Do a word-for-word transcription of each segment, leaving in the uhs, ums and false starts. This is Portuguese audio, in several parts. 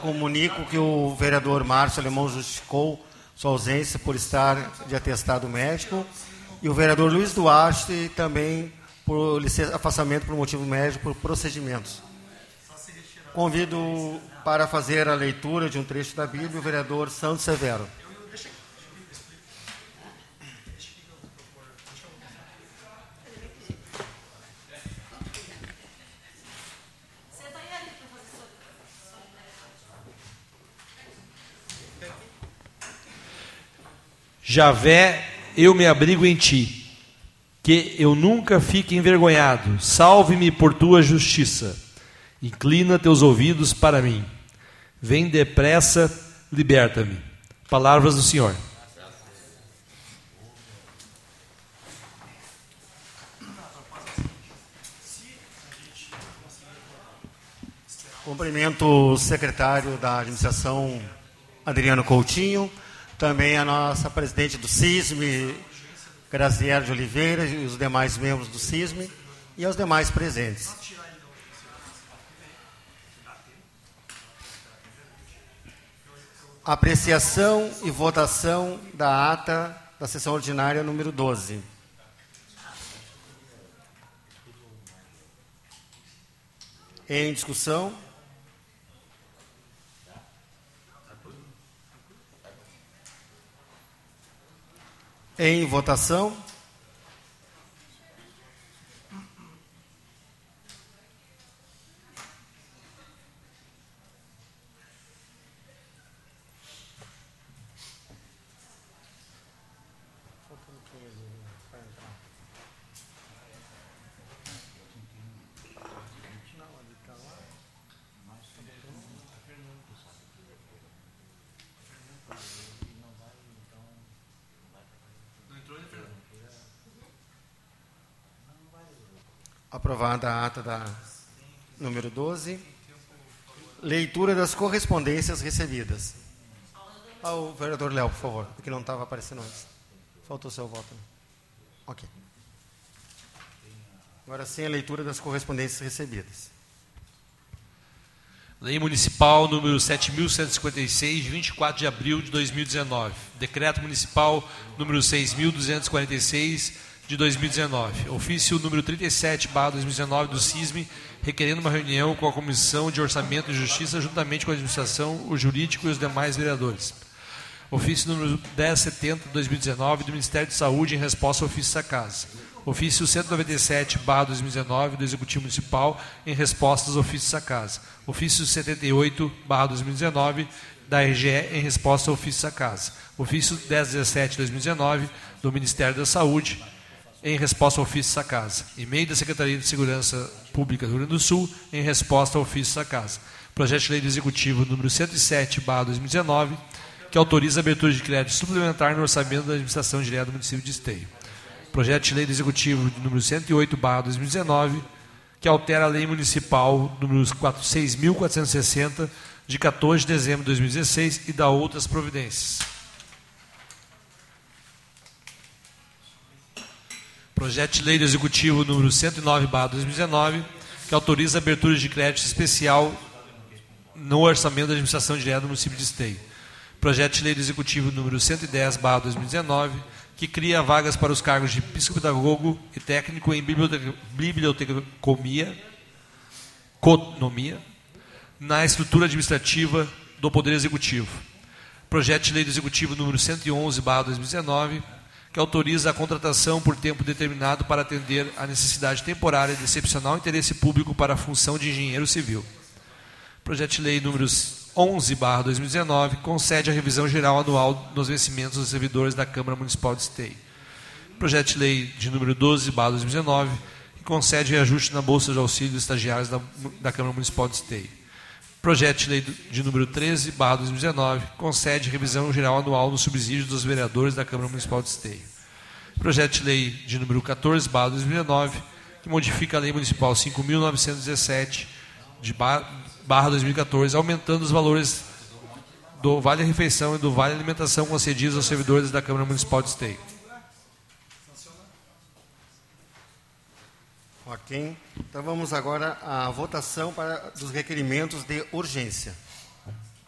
comunico que o vereador Márcio Alemão justificou sua ausência por estar de atestado médico e o vereador Luiz Duarte também por licença, afastamento por motivo médico por procedimentos. Convido para fazer a leitura de um trecho da Bíblia o vereador Santos Severo. Javé, eu me abrigo em ti, que eu nunca fique envergonhado. Salve-me por tua justiça. Inclina teus ouvidos para mim. Vem depressa, liberta-me. Palavras do Senhor. Cumprimento o secretário da administração, Adriano Coutinho, também a nossa presidente do CISM, Graziela de Oliveira, e os demais membros do CISM e aos demais presentes. Apreciação e votação da ata da sessão ordinária número doze. Em discussão. Em votação. Aprovada a ata da número doze. Leitura das correspondências recebidas. Ah, o vereador Léo, por favor, porque não estava aparecendo antes. Faltou seu voto. Né? Ok. Agora sim a leitura das correspondências recebidas. Lei Municipal número sete mil cento e cinquenta e seis, de vinte e quatro de abril de dois mil e dezenove. Decreto Municipal número seis mil duzentos e quarenta e seis, de dois mil e dezenove. Ofício número trinta e sete barra dois mil e dezenove do CISM, requerendo uma reunião com a Comissão de Orçamento e Justiça, juntamente com a administração, o jurídico e os demais vereadores. Ofício número dez setenta de dois mil e dezenove do Ministério de Saúde, em resposta ao ofício da Casa. Ofício cento e noventa e sete barra dois mil e dezenove do Executivo Municipal, em resposta aos ofícios da Casa. Ofício setenta e oito barra dois mil e dezenove da R G E, em resposta ao ofício da Casa. Ofício dez dezessete de dois mil e dezenove do Ministério da Saúde, em resposta ao ofício da Casa. E-mail da Secretaria de Segurança Pública do Rio Grande do Sul, em resposta ao ofício da Casa. Projeto de Lei do Executivo número cento e sete barra dois mil e dezenove, que autoriza a abertura de crédito suplementar no orçamento da administração direta do município de Esteio. Projeto de Lei do Executivo número cento e oito barra dois mil e dezenove, que altera a Lei Municipal número seis mil quatrocentos e sessenta, de quatorze de dezembro de dois mil e dezesseis, e dá outras providências. Projeto de Lei do Executivo número cento e nove barra dois mil e dezenove, que autoriza a abertura de crédito especial no orçamento da administração direta do município de Esteio. Projeto de Lei do Executivo número cento e dez barra dois mil e dezenove, que cria vagas para os cargos de psicopedagogo e técnico em bibliotecomia, conomia, na estrutura administrativa do Poder Executivo. Projeto de Lei do Executivo número cento e onze barra dois mil e dezenove, que autoriza a contratação por tempo determinado para atender a necessidade temporária de excepcional interesse público para a função de engenheiro civil. Projeto de Lei número onze barra dois mil e dezenove, concede a revisão geral anual nos vencimentos dos servidores da Câmara Municipal de Esteio. Projeto de Lei de número doze barra dois mil e dezenove, que concede reajuste na Bolsa de Auxílio dos Estagiários da, da Câmara Municipal de Esteio. Projeto de Lei de número treze barra dois mil e dezenove, concede revisão geral anual no subsídio dos vereadores da Câmara Municipal de Esteio. Projeto de Lei de número quatorze barra dois mil e dezenove, que modifica a Lei Municipal cinco mil novecentos e dezessete, de barra dois mil e quatorze, aumentando os valores do Vale Refeição e do Vale Alimentação concedidos aos servidores da Câmara Municipal de Esteio. Ok. Então vamos agora à votação para, dos requerimentos de urgência.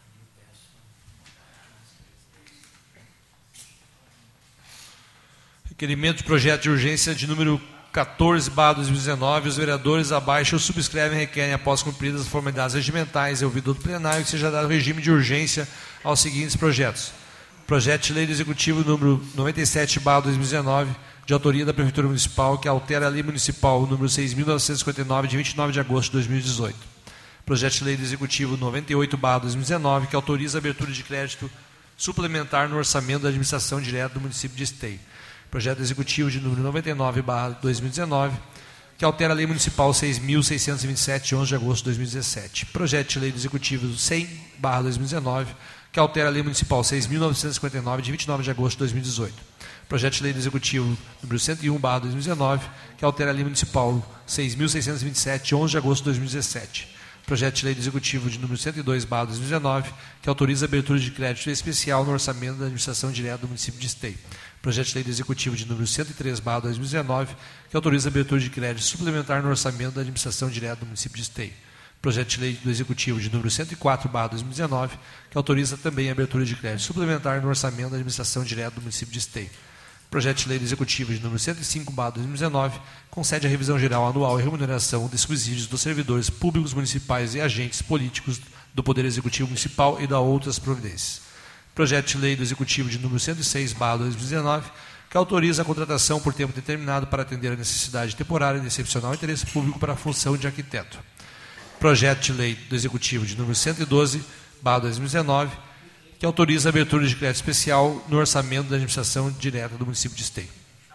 Requerimento de projeto de urgência de número quatorze barra dois mil e dezenove. Os vereadores abaixo subscrevem e requerem, após cumpridas as formalidades regimentais e ouvido do plenário, que seja dado regime de urgência aos seguintes projetos. Projeto de lei do Executivo número noventa e sete barra dois mil e dezenove, de autoria da Prefeitura Municipal, que altera a Lei Municipal número seis mil novecentos e cinquenta e nove, de vinte e nove de agosto de dois mil e dezoito. Projeto de lei do Executivo noventa e oito barra dois mil e dezenove, que autoriza a abertura de crédito suplementar no orçamento da administração direta do município de Esteio. Projeto Executivo de número noventa e nove barra dois mil e dezenove, que altera a Lei Municipal seis mil seiscentos e vinte e sete, de onze de agosto de dois mil e dezessete. Projeto de lei do Executivo cem barra dois mil e dezenove, que altera a Lei Municipal seis mil novecentos e cinquenta e nove, de vinte e nove de agosto de dois mil e dezoito. Projeto de lei do Executivo número cento e um barra dois mil e dezenove, que altera a Lei Municipal seis mil seiscentos e vinte e sete, de onze de agosto de dois mil e dezessete. Projeto de lei do Executivo de número cento e dois barra dois mil e dezenove, que autoriza a abertura de crédito especial no orçamento da administração direta do município de Esteio. Projeto de lei do Executivo de número cento e três barra dois mil e dezenove, que autoriza a abertura de crédito suplementar no orçamento da administração direta do município de Esteio. Projeto de lei do Executivo de número cento e quatro barra dois mil e dezenove, que autoriza também a abertura de crédito suplementar no orçamento da administração direta do município de Esteio. Projeto de lei do Executivo de número cento e cinco barra dois mil e dezenove, concede a revisão geral anual e remuneração dos subsídios dos servidores públicos municipais e agentes políticos do Poder Executivo Municipal e da outras providências. Projeto de lei do Executivo de número cento e seis barra dois mil e dezenove, que autoriza a contratação por tempo determinado para atender a necessidade temporária de excepcional interesse público para a função de arquiteto. Projeto de lei do Executivo de número cento e doze barra dois mil e dezenove, que autoriza a abertura de crédito especial no orçamento da administração direta do município de Esteio.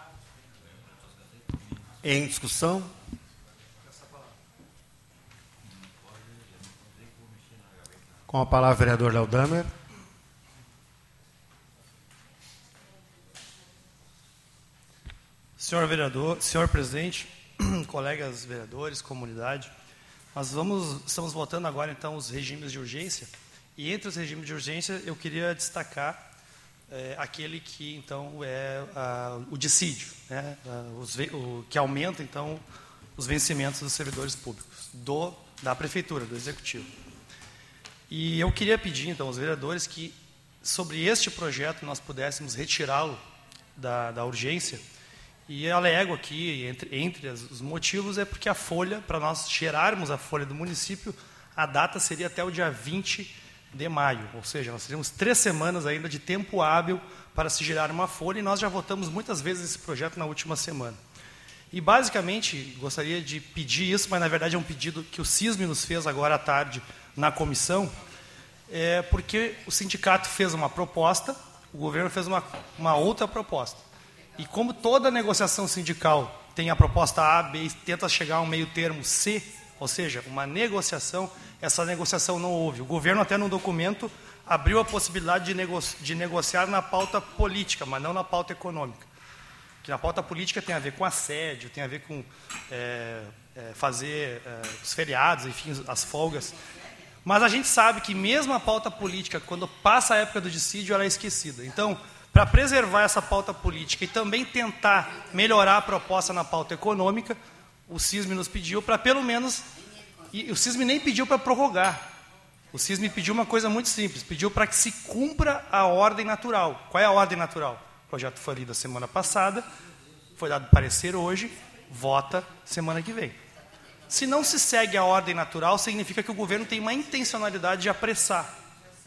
Em discussão? Com a palavra o vereador Léo Damer. Senhor vereador, senhor presidente, colegas vereadores, comunidade, nós vamos, estamos votando agora então os regimes de urgência, e entre os regimes de urgência eu queria destacar é, aquele que então é a, o dissídio, né, a, os, o, que aumenta então os vencimentos dos servidores públicos, do, da prefeitura, do executivo. E eu queria pedir então aos vereadores que sobre este projeto nós pudéssemos retirá-lo da, da urgência. E eu alego aqui, entre, entre os motivos, é porque a folha, para nós gerarmos a folha do município, a data seria até o dia vinte de maio. Ou seja, nós teríamos três semanas ainda de tempo hábil para se gerar uma folha, e nós já votamos muitas vezes esse projeto na última semana. E, basicamente, gostaria de pedir isso, mas, na verdade, é um pedido que o CISM nos fez agora à tarde na comissão, é porque o sindicato fez uma proposta, o governo fez uma, uma outra proposta. E como toda negociação sindical tem a proposta A, B e tenta chegar a um meio termo C, ou seja, uma negociação, essa negociação não houve. O governo até no documento abriu a possibilidade de, nego de negociar na pauta política, mas não na pauta econômica. Que na pauta política tem a ver com assédio, tem a ver com é, é, fazer é, os feriados, enfim, as folgas. Mas a gente sabe que mesmo a pauta política, quando passa a época do dissídio, ela é esquecida. Então, para preservar essa pauta política e também tentar melhorar a proposta na pauta econômica, o CISM nos pediu para pelo menos... E o CISM nem pediu para prorrogar. O CISM pediu uma coisa muito simples, pediu para que se cumpra a ordem natural. Qual é a ordem natural? O projeto foi lido a semana passada, foi dado parecer hoje, vota semana que vem. Se não se segue a ordem natural, significa que o governo tem uma intencionalidade de apressar.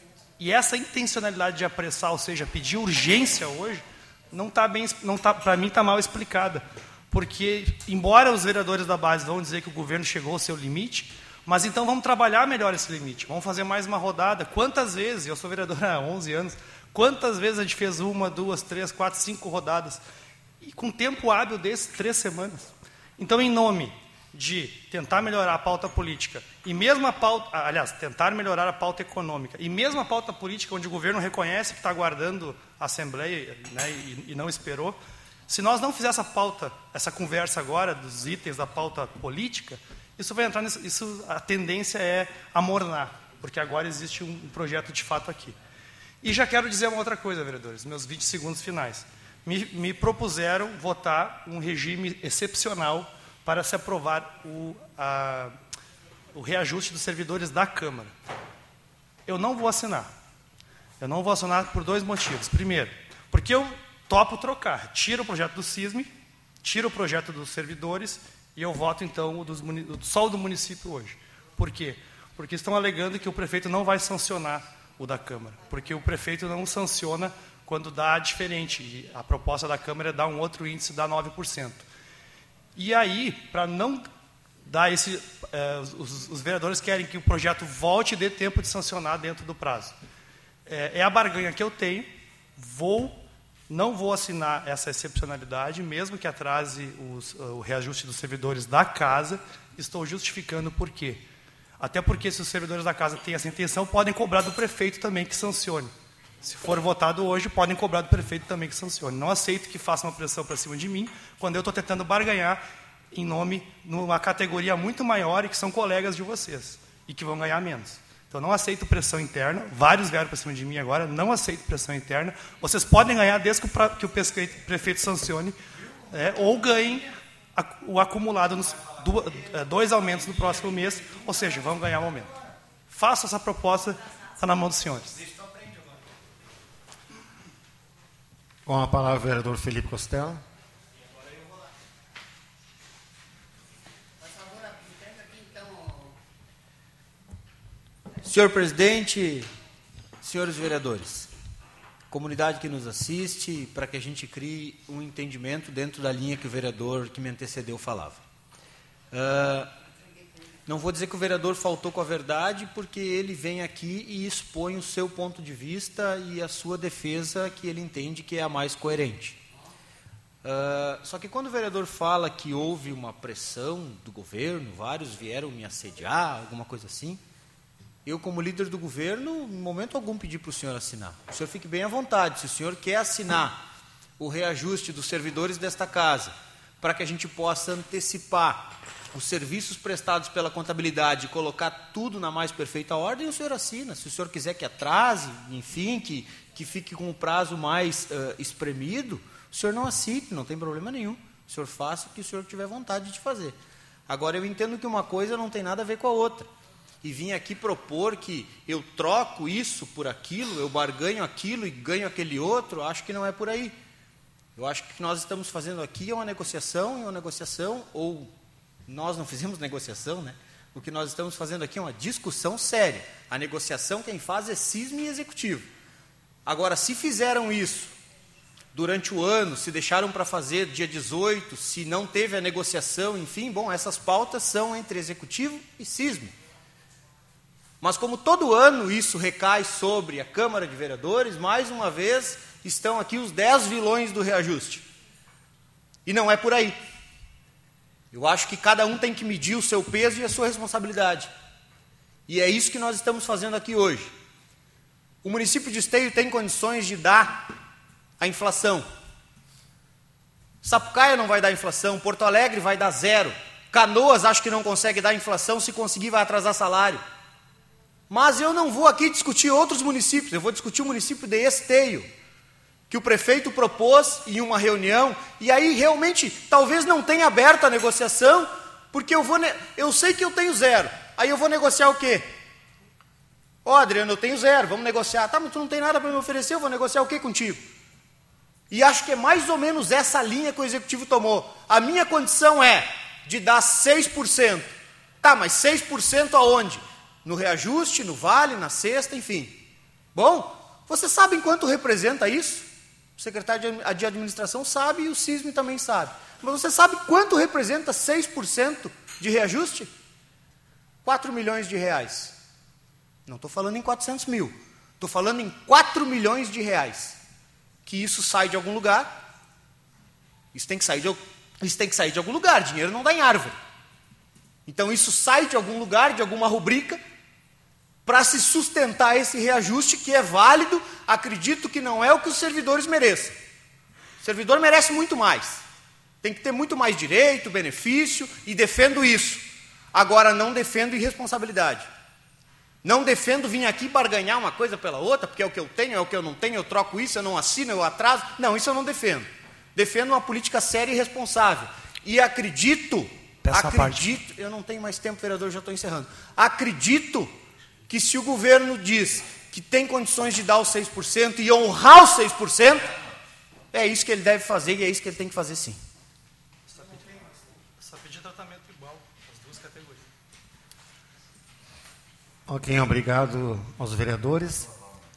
E essa intencionalidade de apressar, ou seja, pedir urgência hoje, não tá bem, não tá, para mim está mal explicada. Porque, embora os vereadores da base vão dizer que o governo chegou ao seu limite, mas então vamos trabalhar melhor esse limite, vamos fazer mais uma rodada. Quantas vezes, eu sou vereador há onze anos, quantas vezes a gente fez uma, duas, três, quatro, cinco rodadas, e com tempo hábil desses, três semanas. Então, em nome de tentar melhorar a pauta política, e mesmo a pauta, aliás, tentar melhorar a pauta econômica, e mesmo a pauta política, onde o governo reconhece que está aguardando a Assembleia, né, e, e não esperou, se nós não fizermos essa pauta, essa conversa agora dos itens da pauta política, isso vai entrar nisso, isso, a tendência é amornar, porque agora existe um, um projeto de fato aqui. E já quero dizer uma outra coisa, vereadores, meus vinte segundos finais. Me, me propuseram votar um regime excepcional para se aprovar o, a, o reajuste dos servidores da Câmara. Eu não vou assinar. Eu não vou assinar por dois motivos. Primeiro, porque eu topo trocar. Tira o projeto do SISMI, tira o projeto dos servidores e eu voto, então, o dos, só o do município hoje. Por quê? Porque estão alegando que o prefeito não vai sancionar o da Câmara, porque o prefeito não sanciona quando dá diferente. E a proposta da Câmara é dar um outro índice, dá nove por cento. E aí, para não dar esse... Eh, os, os vereadores querem que o projeto volte e dê tempo de sancionar dentro do prazo. É, é a barganha que eu tenho, vou, não vou assinar essa excepcionalidade, mesmo que atrase os, o reajuste dos servidores da casa, estou justificando por quê. Até porque, se os servidores da casa têm essa intenção, podem cobrar do prefeito também que sancione. Se for votado hoje, podem cobrar do prefeito também que sancione. Não aceito que faça uma pressão para cima de mim, quando eu estou tentando barganhar em nome, numa categoria muito maior e que são colegas de vocês, e que vão ganhar menos. Então, não aceito pressão interna. Vários vieram para cima de mim agora, não aceito pressão interna. Vocês podem ganhar desde que o, que o prefeito sancione, é, ou ganhem o acumulado nos dois aumentos no próximo mês, ou seja, vamos ganhar um aumento. Faça essa proposta, está na mão dos senhores. Com a palavra o vereador Felipe Costello. Senhor presidente, senhores vereadores, comunidade que nos assiste, para que a gente crie um entendimento dentro da linha que o vereador que me antecedeu falava. Uh, não vou dizer que o vereador faltou com a verdade, porque ele vem aqui e expõe o seu ponto de vista e a sua defesa, que ele entende que é a mais coerente. Uh, só que quando o vereador fala que houve uma pressão do governo, vários vieram me assediar, alguma coisa assim, eu, como líder do governo, em momento algum pedi para o senhor assinar. O senhor fique bem à vontade. Se o senhor quer assinar o reajuste dos servidores desta casa, para que a gente possa antecipar os serviços prestados pela contabilidade e colocar tudo na mais perfeita ordem, o senhor assina. Se o senhor quiser que atrase, enfim, que, que fique com o prazo mais uh, espremido, o senhor não assine, não tem problema nenhum. O senhor faça o que o senhor tiver vontade de fazer. Agora, eu entendo que uma coisa não tem nada a ver com a outra. E vim aqui propor que eu troco isso por aquilo, eu barganho aquilo e ganho aquele outro, acho que não é por aí. Eu acho que o que nós estamos fazendo aqui é uma negociação, e uma negociação, ou nós não fizemos negociação, né? O que nós estamos fazendo aqui é uma discussão séria. A negociação quem faz é SISMI e Executivo. Agora, se fizeram isso durante o ano, se deixaram para fazer dia dezoito, se não teve a negociação, enfim, bom, essas pautas são entre Executivo e SISMI. Mas como todo ano isso recai sobre a Câmara de Vereadores, mais uma vez estão aqui os dez vilões do reajuste. E não é por aí. Eu acho que cada um tem que medir o seu peso e a sua responsabilidade. E é isso que nós estamos fazendo aqui hoje. O município de Esteio tem condições de dar a inflação. Sapucaia não vai dar inflação, Porto Alegre vai dar zero. Canoas acho que não consegue dar inflação, se conseguir vai atrasar salário. Mas eu não vou aqui discutir outros municípios, eu vou discutir o município de Esteio, que o prefeito propôs em uma reunião, e aí realmente talvez não tenha aberto a negociação, porque eu, vou eu sei que eu tenho zero, aí eu vou negociar o quê? Ó, oh, Adriano, eu tenho zero, vamos negociar. Tá, mas tu não tem nada para me oferecer, eu vou negociar o quê contigo? E acho que é mais ou menos essa linha que o Executivo tomou. A minha condição é de dar seis por cento. Tá, mas seis por cento aonde? No reajuste, no vale, na cesta, enfim. Bom, vocês sabem quanto representa isso? O secretário de administração sabe e o SISMI também sabe. Mas você sabe quanto representa seis por cento de reajuste? quatro milhões de reais. Não estou falando em quatrocentos mil. Estou falando em quatro milhões de reais. Que isso sai de algum lugar. Isso tem que sair de, isso tem que sair de algum lugar. Dinheiro não dá em árvore. Então isso sai de algum lugar, de alguma rubrica, para se sustentar esse reajuste que é válido, acredito que não é o que os servidores merecem. O servidor merece muito mais. Tem que ter muito mais direito, benefício, e defendo isso. Agora, não defendo irresponsabilidade. Não defendo vir aqui barganhar uma coisa pela outra, porque é o que eu tenho, é o que eu não tenho, eu troco isso, eu não assino, eu atraso. Não, isso eu não defendo. Defendo uma política séria e responsável. E acredito, Peça acredito, eu não tenho mais tempo, vereador, já estou encerrando. Acredito que se o governo diz que tem condições de dar os seis por cento e honrar os seis por cento, é isso que ele deve fazer e é isso que ele tem que fazer sim. Só pedir tratamento igual, as duas categorias. Ok, obrigado aos vereadores.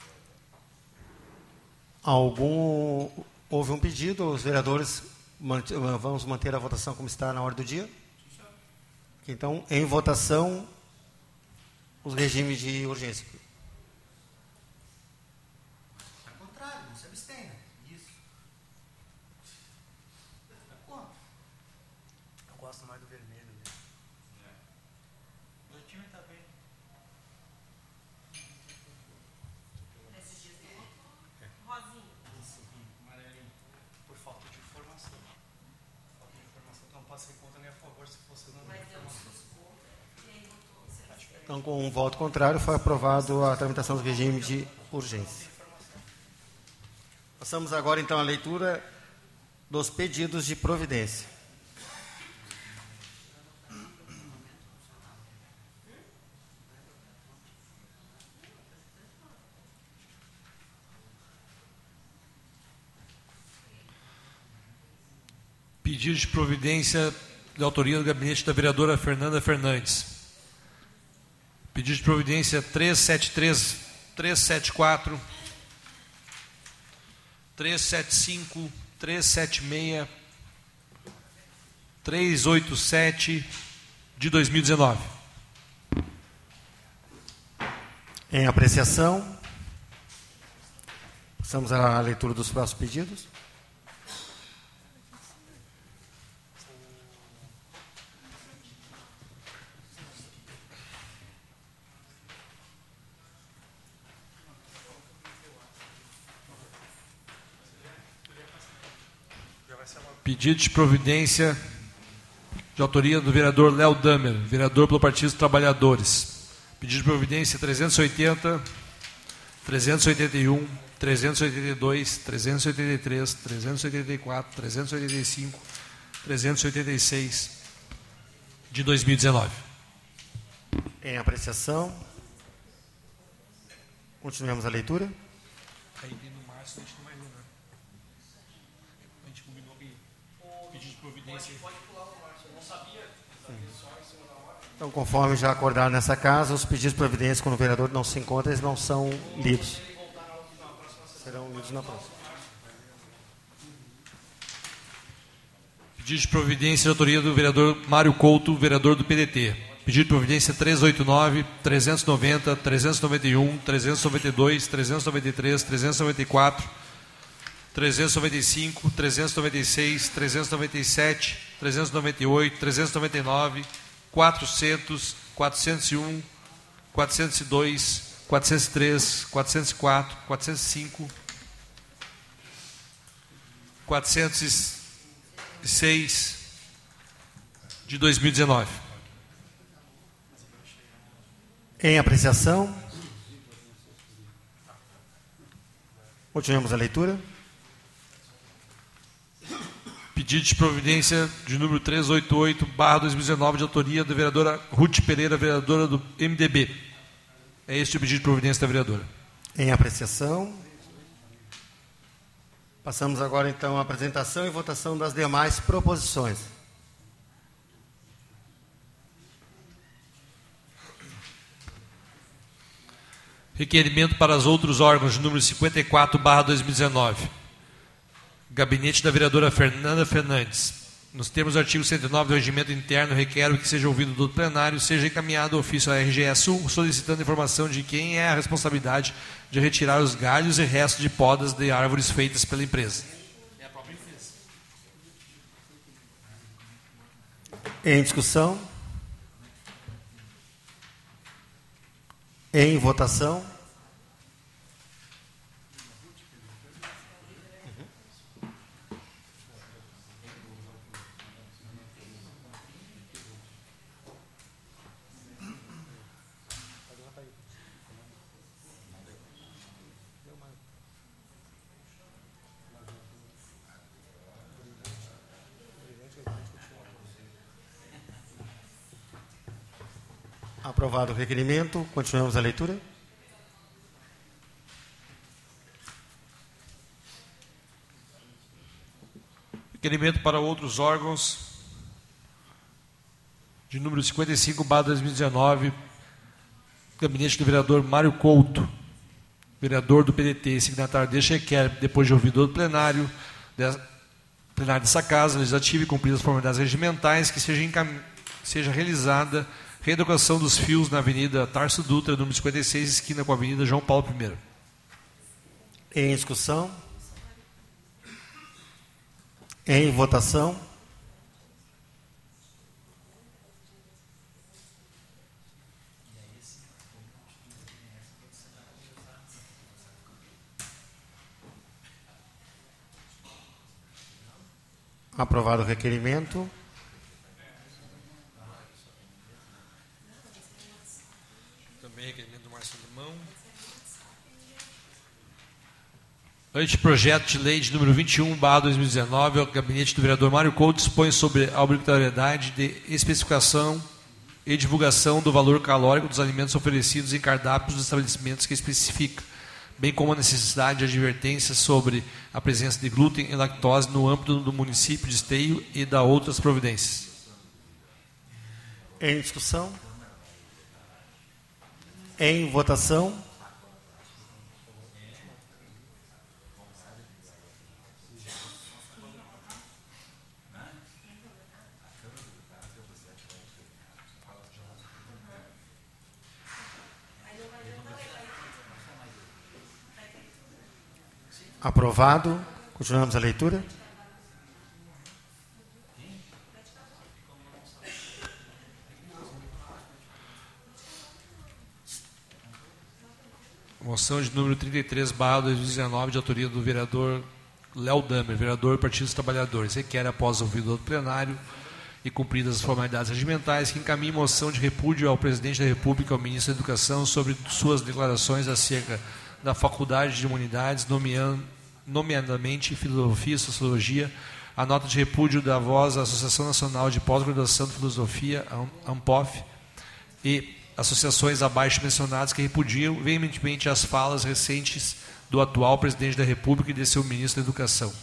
Algum... Houve um pedido, os vereadores mant... vamos manter a votação como está na ordem do dia? Então, em votação, os regimes de urgência. Ao contrário, não se abstenha. Isso. Eu gosto mais do vermelho. Né? É. O time está bem. Nesses dias tem rosinha. Amarelinho. Por falta de informação. Falta de informação, então não posso ser contra nem a favor se vocês não derem informação. Então, com um voto contrário, foi aprovado a tramitação do regime de urgência. Passamos agora, então, à leitura dos pedidos de providência. Pedido de providência de autoria do gabinete da vereadora Fernanda Fernandes. Pedido de providência trezentos e setenta e três, trezentos e setenta e quatro, trezentos e setenta e cinco, trezentos e setenta e seis, trezentos e oitenta e sete de dois mil e dezenove. Em apreciação, passamos à leitura dos próximos pedidos. Pedido de providência de autoria do vereador Léo Damer, vereador pelo Partido dos Trabalhadores. Pedido de providência trezentos e oitenta, trezentos e oitenta e um, trezentos e oitenta e dois, trezentos e oitenta e três, trezentos e oitenta e quatro, trezentos e oitenta e cinco, trezentos e oitenta e seis de dois mil e dezenove. Em apreciação, continuemos a leitura. Aí no Márcio a gente tem mais um, né? A gente combinou que pedido de providência. Pode pular o Márcio, eu não sabia. Então, conforme já acordado nessa casa, os pedidos de providência, quando o vereador não se encontra, eles não são lidos. Serão lidos na próxima. Pedido de providência de autoria do vereador Mário Couto, vereador do P D T. Pedido de providência trezentos e oitenta e nove, trezentos e noventa, trezentos e noventa e um, trezentos e noventa e dois, trezentos e noventa e três, trezentos e noventa e quatro, trezentos e noventa e cinco, trezentos e noventa e seis, trezentos e noventa e sete, trezentos e noventa e oito, trezentos e noventa e nove, quatrocentos, quatrocentos e um, quatrocentos e dois, quatrocentos e três, quatrocentos e quatro, quatrocentos e cinco, quatrocentos e seis de dois mil e dezenove. Em apreciação, continuemos a leitura. Pedido de providência de número trezentos e oitenta e oito, barra dois mil e dezenove, de autoria da vereadora Ruth Pereira, vereadora do M D B. É este o pedido de providência da vereadora. Em apreciação. Passamos agora, então, à apresentação e votação das demais proposições. Requerimento para os outros órgãos de número cinquenta e quatro, barra dois mil e dezenove. Gabinete da vereadora Fernanda Fernandes. Nos termos do artigo cento e nove do Regimento Interno, requero que seja ouvido do plenário, seja encaminhado ao ofício à R G E Sul, solicitando informação de quem é a responsabilidade de retirar os galhos e restos de podas de árvores feitas pela empresa. É a própria empresa. Em discussão. Em votação. Aprovado o requerimento, continuamos a leitura. Requerimento para outros órgãos de número cinquenta e cinco barra dois mil e dezenove, gabinete do vereador Mário Couto, vereador do P D T, signatário deste requer, depois de ouvido do plenário, de, plenário dessa Casa Legislativa e cumpridas as formalidades regimentais, que seja, encam, seja realizada reeducação dos fios na Avenida Tarso Dutra, número cinquenta e seis, esquina com a Avenida João Paulo I. Em discussão? Em votação? Aprovado o requerimento. Também requerimento do Márcio Limão. Anteprojeto de lei de número vinte e um barra dois mil e dezenove, o gabinete do vereador Mário Couto dispõe sobre a obrigatoriedade de especificação e divulgação do valor calórico dos alimentos oferecidos em cardápios dos estabelecimentos que especifica, bem como a necessidade de advertência sobre a presença de glúten e lactose no âmbito do município de Esteio e da outras providências. Em discussão? Em votação? Aprovado. Continuamos a leitura. Moção de número trinta e três barra dois mil e dezenove, de autoria do vereador Léo Damer, vereador do Partido dos Trabalhadores, requer, após ouvido do plenário e cumpridas as formalidades regimentais, que encaminhe moção de repúdio ao presidente da República e ao ministro da Educação sobre suas declarações acerca da Faculdade de Humanidades, nomeando, nomeadamente Filosofia e Sociologia, a nota de repúdio da voz à Associação Nacional de Pós-Graduação de Filosofia, A M P O F, e associações abaixo mencionadas que repudiam veementemente as falas recentes do atual presidente da República e de seu ministro da Educação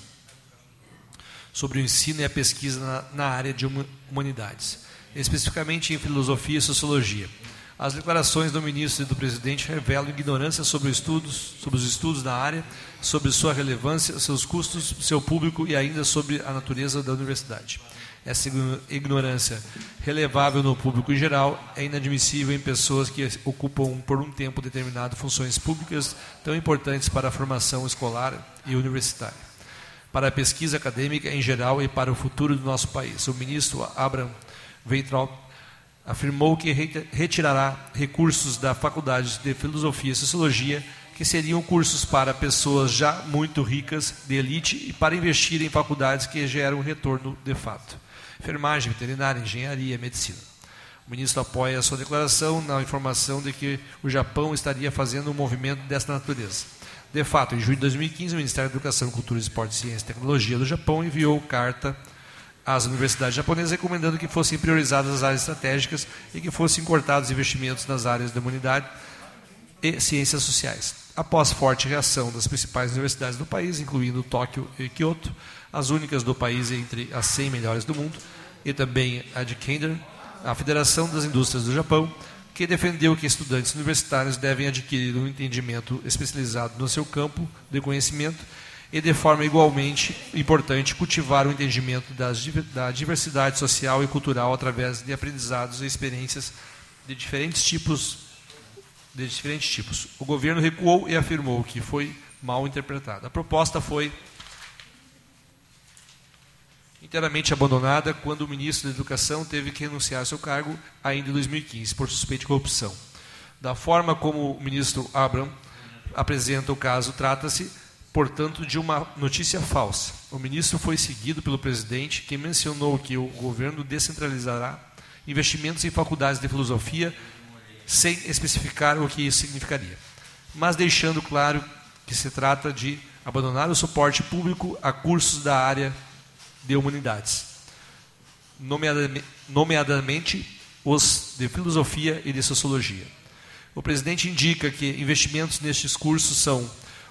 sobre o ensino e a pesquisa na, na área de humanidades, especificamente em Filosofia e Sociologia. As declarações do ministro e do presidente revelam ignorância sobre, estudos, sobre os estudos da área, sobre sua relevância, seus custos, seu público e ainda sobre a natureza da universidade. Essa ignorância, relevável no público em geral, é inadmissível em pessoas que ocupam por um tempo determinado funções públicas tão importantes para a formação escolar e universitária, para a pesquisa acadêmica em geral e para o futuro do nosso país. O ministro Abraham Weintraub afirmou que retirará recursos da Faculdade de Filosofia e Sociologia, que seriam cursos para pessoas já muito ricas, de elite, e para investir em faculdades que geram retorno de fato. Enfermagem, veterinária, engenharia, medicina. O ministro apoia a sua declaração na informação de que o Japão estaria fazendo um movimento desta natureza. De fato, em junho de dois mil e quinze, o Ministério da Educação, Cultura, Esporte, Ciência e Tecnologia do Japão enviou carta às universidades japonesas recomendando que fossem priorizadas as áreas estratégicas e que fossem cortados investimentos nas áreas da humanidade e ciências sociais. Após forte reação das principais universidades do país, incluindo Tóquio e Kyoto, as únicas do país entre as cem melhores do mundo, e também a de Kender, a Federação das Indústrias do Japão, que defendeu que estudantes universitários devem adquirir um entendimento especializado no seu campo de conhecimento e, de forma igualmente importante, cultivar o entendimento das, da diversidade social e cultural através de aprendizados e experiências de diferentes tipos. De diferentes tipos. O governo recuou e afirmou que foi mal interpretada. A proposta foi inteiramente abandonada quando o ministro da Educação teve que renunciar ao seu cargo ainda em dois mil e quinze por suspeita de corrupção. Da forma como o ministro Abraham apresenta o caso, trata-se, portanto, de uma notícia falsa. O ministro foi seguido pelo presidente, que mencionou que o governo descentralizará investimentos em faculdades de filosofia sem especificar o que isso significaria, mas deixando claro que se trata de abandonar o suporte público a cursos da área de humanidades, nomeadamente, nomeadamente os de filosofia e de sociologia. O presidente indica que investimentos nestes cursos são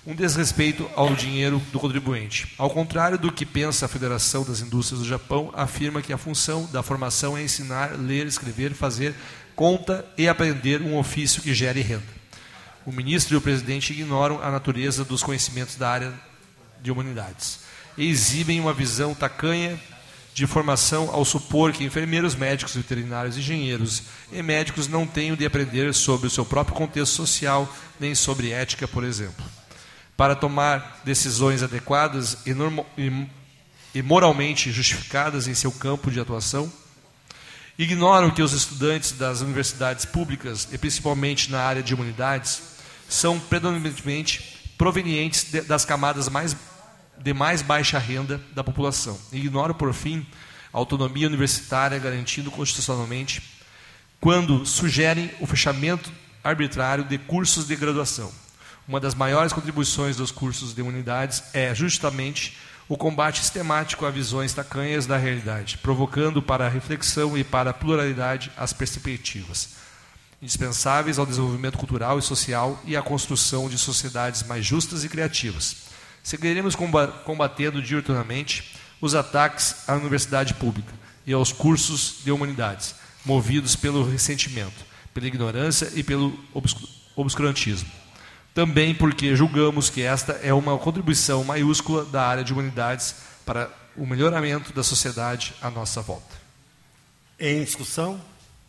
um desrespeito ao dinheiro do contribuinte. Ao contrário do que pensa a Federação das Indústrias do Japão, afirma que a função da formação é ensinar, ler, escrever, fazer conta e aprender um ofício que gere renda. O ministro e o presidente ignoram a natureza dos conhecimentos da área de humanidades e exibem uma visão tacanha de formação ao supor que enfermeiros, médicos, veterinários, engenheiros e médicos não tenham de aprender sobre o seu próprio contexto social, nem sobre ética, por exemplo. Para tomar decisões adequadas e, normal, e, e moralmente justificadas em seu campo de atuação, ignoram que os estudantes das universidades públicas, e principalmente na área de humanidades, são predominantemente provenientes de, das camadas mais de mais baixa renda da população. Ignora, por fim, a autonomia universitária garantida constitucionalmente quando sugerem o fechamento arbitrário de cursos de graduação. Uma das maiores contribuições dos cursos de humanidades é justamente o combate sistemático a visões tacanhas da realidade, provocando para a reflexão e para a pluralidade as perspectivas indispensáveis ao desenvolvimento cultural e social e à construção de sociedades mais justas e criativas. Seguiremos combatendo diuturnamente os ataques à universidade pública e aos cursos de humanidades, movidos pelo ressentimento, pela ignorância e pelo obscurantismo. Também porque julgamos que esta é uma contribuição maiúscula da área de humanidades para o melhoramento da sociedade à nossa volta. Em discussão?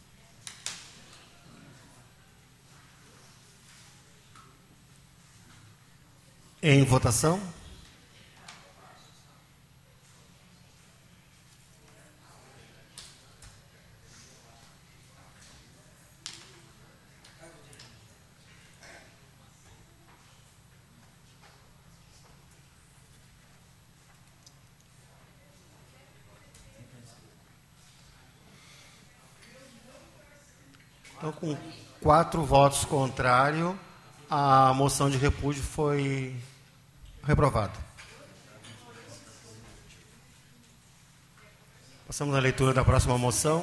Em votação? Então, com quatro votos contrários, a moção de repúdio foi reprovada. Passamos à leitura da próxima moção.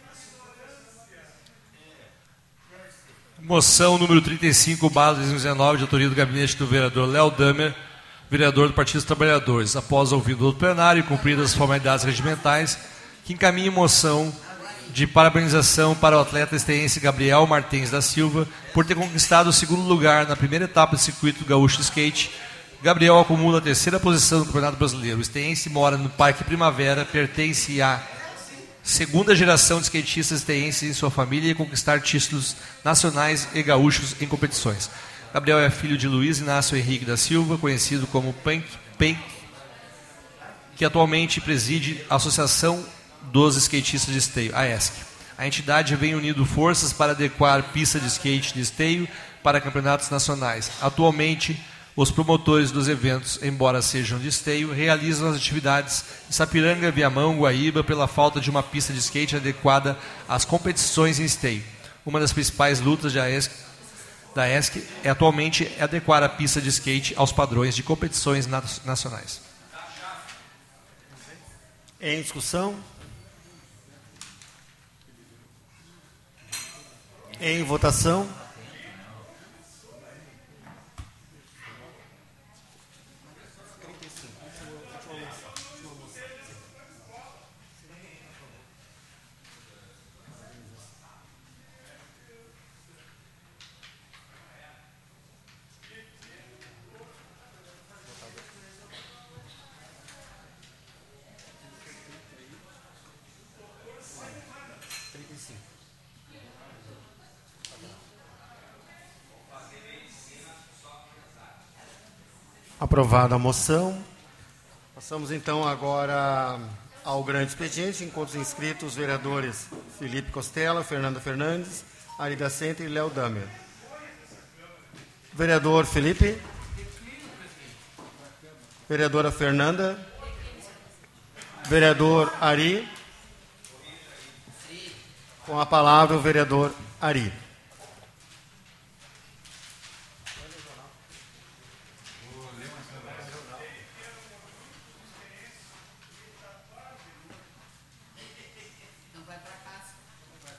Moção número trinta e cinco, barra dois mil e dezenove, de autoria do gabinete do vereador Léo Damer, vereador do Partido dos Trabalhadores, após ouvido do plenário e cumpridas as formalidades regimentais, que encaminha moção de parabenização para o atleta esteense Gabriel Martins da Silva por ter conquistado o segundo lugar na primeira etapa do circuito gaúcho de skate. Gabriel acumula a terceira posição no Campeonato Brasileiro. O esteense mora no Parque Primavera, pertence à segunda geração de skatistas esteenses em sua família e conquistar títulos nacionais e gaúchos em competições. Gabriel é filho de Luiz Inácio Henrique da Silva, conhecido como Pank, Pank, que atualmente preside a Associação dos Skatistas de Esteio, a E S C. A entidade vem unindo forças para adequar pista de skate de esteio para campeonatos nacionais. Atualmente, os promotores dos eventos, embora sejam de esteio, realizam as atividades em Sapiranga, Viamão, Guaíba, pela falta de uma pista de skate adequada às competições em esteio. Uma das principais lutas da E S C, da E S C é atualmente adequar a pista de skate aos padrões de competições nacionais. Em discussão? Em votação? Aprovada a moção. Passamos então agora ao grande expediente. Enquanto os inscritos, os vereadores Felipe Costela, Fernanda Fernandes, Arida Senta e Léo Damer. Vereador Felipe. Vereadora Fernanda. Vereador Ari. Com a palavra o vereador Ari.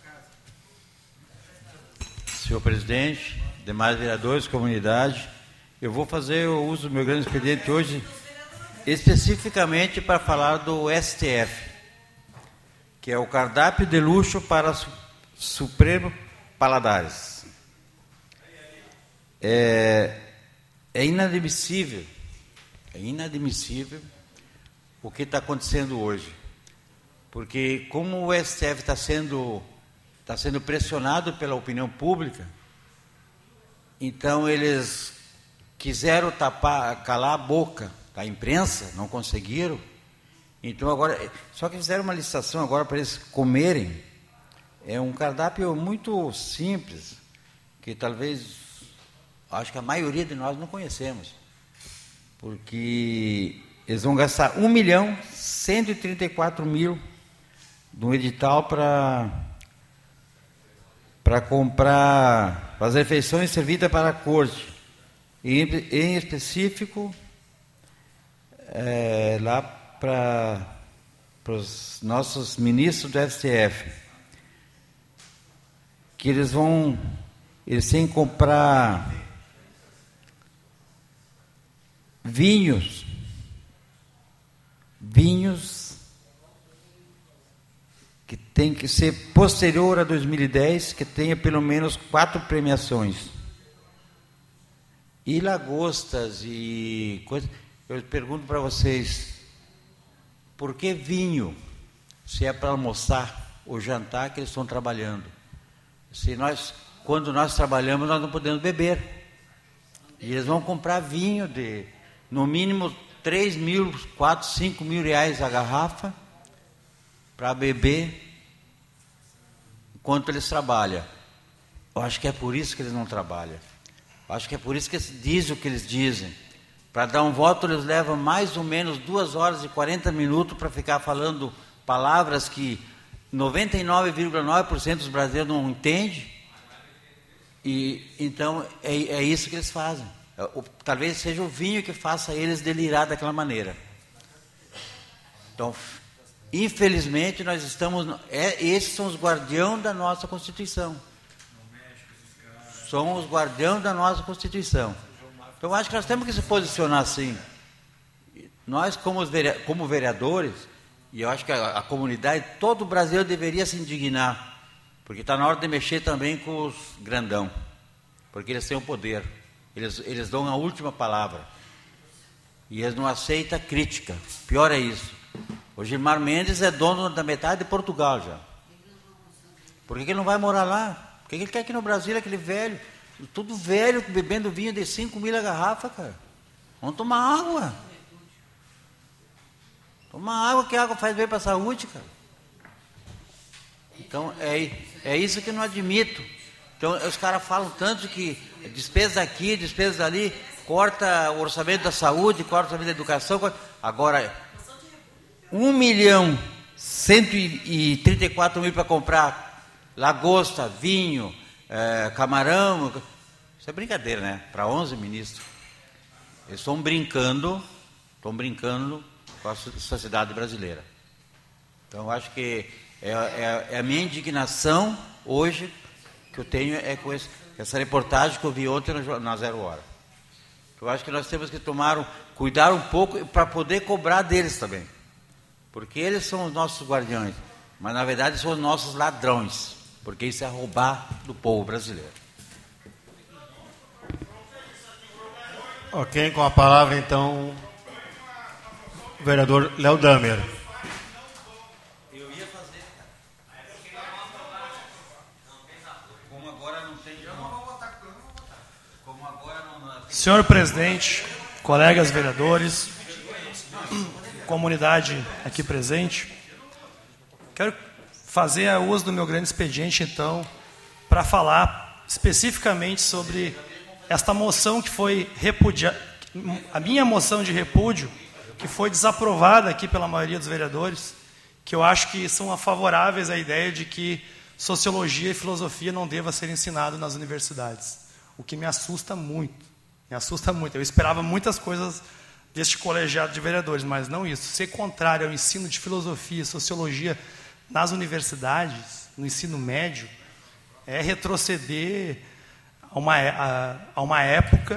Senhor presidente, demais vereadores, comunidade, Eu vou fazer o uso do meu grande expediente hoje especificamente para falar do S T F, que é o cardápio de luxo para su Supremo Paladares. É, é inadmissível, é inadmissível o que está acontecendo hoje. Porque como o S T F está sendo, está sendo pressionado pela opinião pública, então eles quiseram tapar, calar a boca da imprensa, não conseguiram. Então agora, só que fizeram uma licitação agora para eles comerem. É um cardápio muito simples, que talvez, acho que a maioria de nós não conhecemos. Porque eles vão gastar um milhão cento e trinta e quatro mil no edital para para comprar as refeições servidas para a corte. E, em específico, é, lá para os nossos ministros do S T F, que eles vão, eles têm que comprar vinhos, vinhos que tem que ser posterior a dois mil e dez, que tenha pelo menos quatro premiações. E lagostas e coisas. Eu pergunto para vocês, por que vinho, se é para almoçar ou jantar que eles estão trabalhando? Se nós, quando nós trabalhamos, nós não podemos beber. E eles vão comprar vinho de, no mínimo, três mil, quatro, cinco mil reais a garrafa, para beber enquanto eles trabalham. Eu acho que é por isso que eles não trabalham. Eu acho que é por isso que eles dizem o que eles dizem. Para dar um voto, eles levam mais ou menos duas horas e quarenta minutos para ficar falando palavras que noventa e nove vírgula nove por cento dos brasileiros não entendem. E, então, é, é isso que eles fazem. Talvez seja o vinho que faça eles delirar daquela maneira. Então, infelizmente, nós estamos... É, esses são os guardiões da nossa Constituição. São os guardiões da nossa Constituição. Então, eu acho que nós temos que se posicionar assim. Nós, como, os vereadores, como vereadores, e eu acho que a, a comunidade, todo o Brasil deveria se indignar, porque está na hora de mexer também com os grandão, porque eles têm o poder, eles, eles dão a última palavra, e eles não aceitam crítica. Pior é isso. O Gilmar Mendes é dono da metade de Portugal já. Por que ele não vai morar lá? Por que ele quer aqui no Brasil, aquele velho? Tudo velho, bebendo vinho de cinco mil a garrafa, cara. Vamos tomar água. Tomar água, que a água faz bem para a saúde, cara. Então, é, é isso que eu não admito. Então, os caras falam tanto que despesa aqui, despesa ali, corta o orçamento da saúde, corta o orçamento da educação. Corta... Agora, um milhão cento e trinta e quatro mil para comprar lagosta, vinho, É, camarão, isso é brincadeira, né? Para onze ministros. Eles estão brincando, estão brincando com a sociedade brasileira. Então, eu acho que é, é, é a minha indignação hoje que eu tenho é com esse, essa reportagem que eu vi ontem na Zero Hora. Eu acho que nós temos que tomar, cuidar um pouco para poder cobrar deles também. Porque eles são os nossos guardiões, mas na verdade são os nossos ladrões. Porque isso é roubar do povo brasileiro. Ok, com a palavra então o vereador Léo Damer. Eu ia fazer, como agora não tem... Como agora não... Senhor presidente, colegas vereadores, comunidade aqui presente, quero fazer uso do meu grande expediente, então, para falar especificamente sobre esta moção que foi repudiada, a minha moção de repúdio, que foi desaprovada aqui pela maioria dos vereadores, que eu acho que são favoráveis à ideia de que sociologia e filosofia não deva ser ensinado nas universidades, o que me assusta muito, me assusta muito. Eu esperava muitas coisas deste colegiado de vereadores, mas não isso. Ser contrário ao ensino de filosofia e sociologia nas universidades, no ensino médio, é retroceder a uma, a, a uma época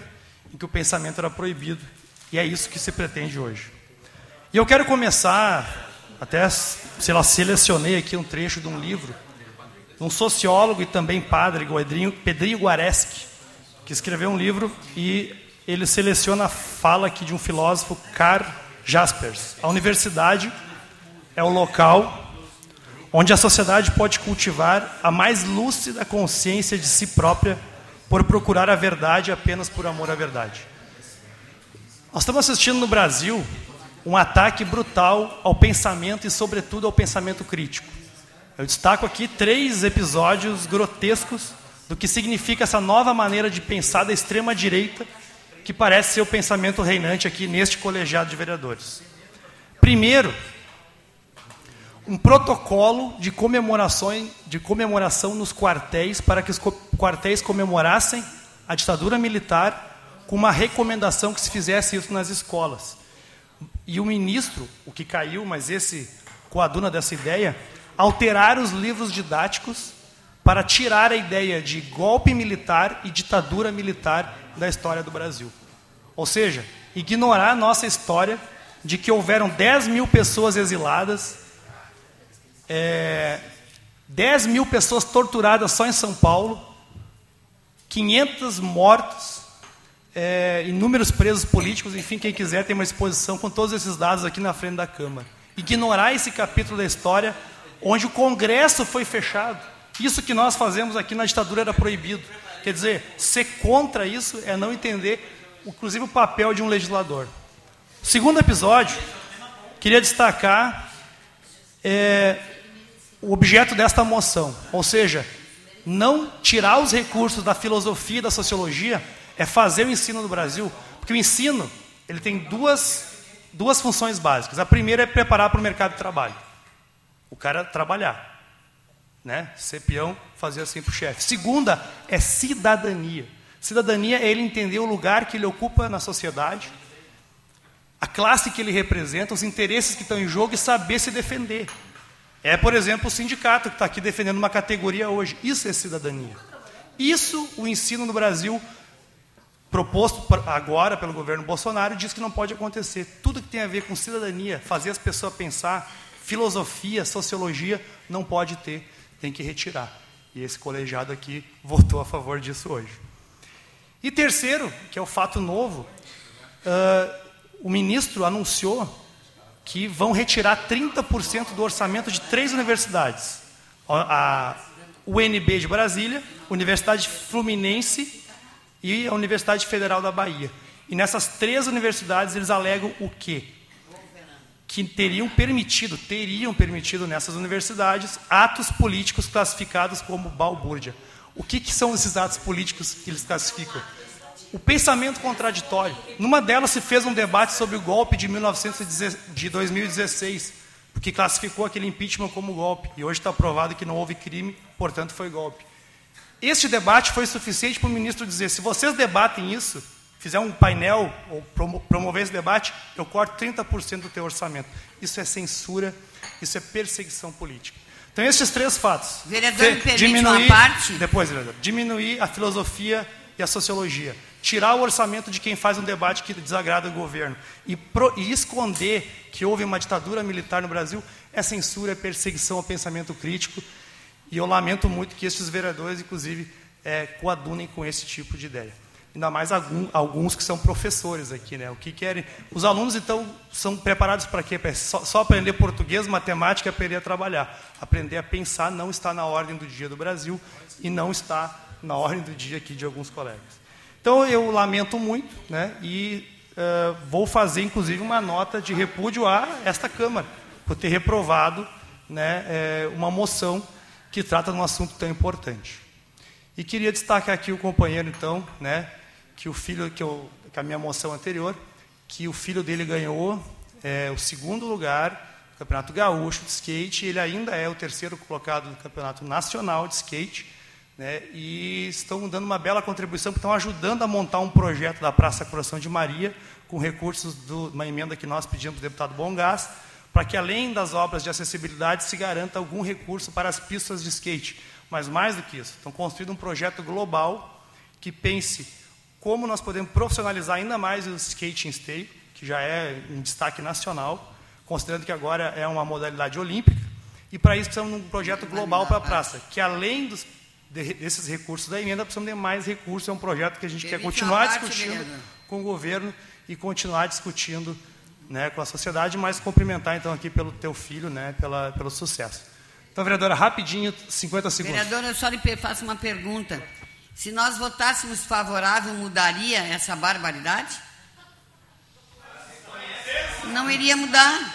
em que o pensamento era proibido. E é isso que se pretende hoje. E eu quero começar, até, sei lá, selecionei aqui um trecho de um livro, de um sociólogo e também padre, Pedrinho, Pedrinho Guareschi, que escreveu um livro e ele seleciona a fala aqui de um filósofo, Karl Jaspers. A universidade é o local onde a sociedade pode cultivar a mais lúcida consciência de si própria por procurar a verdade apenas por amor à verdade. Nós estamos assistindo no Brasil um ataque brutal ao pensamento e, sobretudo, ao pensamento crítico. Eu destaco aqui três episódios grotescos do que significa essa nova maneira de pensar da extrema-direita, que parece ser o pensamento reinante aqui neste colegiado de vereadores. Primeiro, um protocolo de comemoração, de comemoração nos quartéis, para que os quartéis comemorassem a ditadura militar, com uma recomendação que se fizesse isso nas escolas. E o ministro, o que caiu, mas esse coaduna dessa ideia, alterar os livros didáticos para tirar a ideia de golpe militar e ditadura militar da história do Brasil. Ou seja, ignorar a nossa história de que houveram dez mil pessoas exiladas, é, dez mil pessoas torturadas só em São Paulo, quinhentos mortos, é, inúmeros presos políticos, enfim, quem quiser tem uma exposição com todos esses dados aqui na frente da Câmara. Ignorar esse capítulo da história, onde o Congresso foi fechado. Isso que nós fazemos aqui na ditadura era proibido. Quer dizer, ser contra isso é não entender, inclusive, o papel de um legislador. Segundo episódio, queria destacar é, o objeto desta moção. Ou seja, não tirar os recursos da filosofia e da sociologia é fazer o ensino no Brasil. Porque o ensino ele tem duas, duas funções básicas. A primeira é preparar para o mercado de trabalho. O cara trabalhar. Né? Ser peão, fazer assim para o chefe. Segunda é cidadania. Cidadania é ele entender o lugar que ele ocupa na sociedade, a classe que ele representa, os interesses que estão em jogo e saber se defender. É, por exemplo, o sindicato que está aqui defendendo uma categoria hoje. Isso é cidadania. Isso, o ensino no Brasil, proposto agora pelo governo Bolsonaro, diz que não pode acontecer. Tudo que tem a ver com cidadania, fazer as pessoas pensar, filosofia, sociologia, não pode ter. Tem que retirar. E esse colegiado aqui votou a favor disso hoje. E terceiro, que é o fato novo, uh, o ministro anunciou que vão retirar trinta por cento do orçamento de três universidades. A U N B de Brasília, Universidade Fluminense e a Universidade Federal da Bahia. E nessas três universidades eles alegam o quê? Que teriam permitido, teriam permitido nessas universidades atos políticos classificados como balbúrdia. O que, que são esses atos políticos que eles classificam? O pensamento contraditório. Numa delas se fez um debate sobre o golpe de, mil e novecentos de dois mil e dezesseis, porque classificou aquele impeachment como golpe. E hoje está provado que não houve crime, portanto foi golpe. Este debate foi suficiente para o ministro dizer, se vocês debatem isso, fizer um painel ou promover esse debate, eu corto trinta por cento do teu orçamento. Isso é censura, isso é perseguição política. Então, esses três fatos. Vereador, me permite diminuir, uma parte? Depois, vereador. Diminuir a filosofia e a sociologia. Tirar o orçamento de quem faz um debate que desagrada o governo. E, pro, e esconder que houve uma ditadura militar no Brasil é censura, é perseguição ao pensamento crítico. E eu lamento muito que esses vereadores, inclusive, é, coadunem com esse tipo de ideia. Ainda mais algum, alguns que são professores aqui, né? O que querem? Os alunos, então, são preparados para quê? Para só, só aprender português, matemática e aprender a trabalhar. Aprender a pensar não está na ordem do dia do Brasil e não está na ordem do dia aqui de alguns colegas. Então, eu lamento muito, né? E uh, vou fazer, inclusive, uma nota de repúdio a esta Câmara, por ter reprovado, né, é, uma moção que trata de um assunto tão importante. E queria destacar aqui o companheiro, então, né, que o filho, que, eu, que a minha moção anterior, que o filho dele ganhou é, o segundo lugar no Campeonato Gaúcho de Skate, ele ainda é o terceiro colocado no Campeonato Nacional de Skate, né, e estão dando uma bela contribuição, porque estão ajudando a montar um projeto da Praça Coração de Maria, com recursos de uma emenda que nós pedimos para o deputado Bom Gás, para que, além das obras de acessibilidade, se garanta algum recurso para as pistas de skate. Mas mais do que isso, estão construindo um projeto global que pense como nós podemos profissionalizar ainda mais o skate em esteio, que já é um destaque nacional, considerando que agora é uma modalidade olímpica, e para isso precisamos de um projeto global para a praça, que além dos, de, desses recursos da emenda, precisamos de mais recursos, é um projeto que a gente quer continuar discutindo com o governo e continuar discutindo, né, com a sociedade, mas cumprimentar então aqui pelo teu filho, né, pela, pelo sucesso. Então, vereadora, rapidinho, cinquenta segundos. Vereadora, eu só lhe faço uma pergunta. Se nós votássemos favorável, mudaria essa barbaridade? Não iria mudar.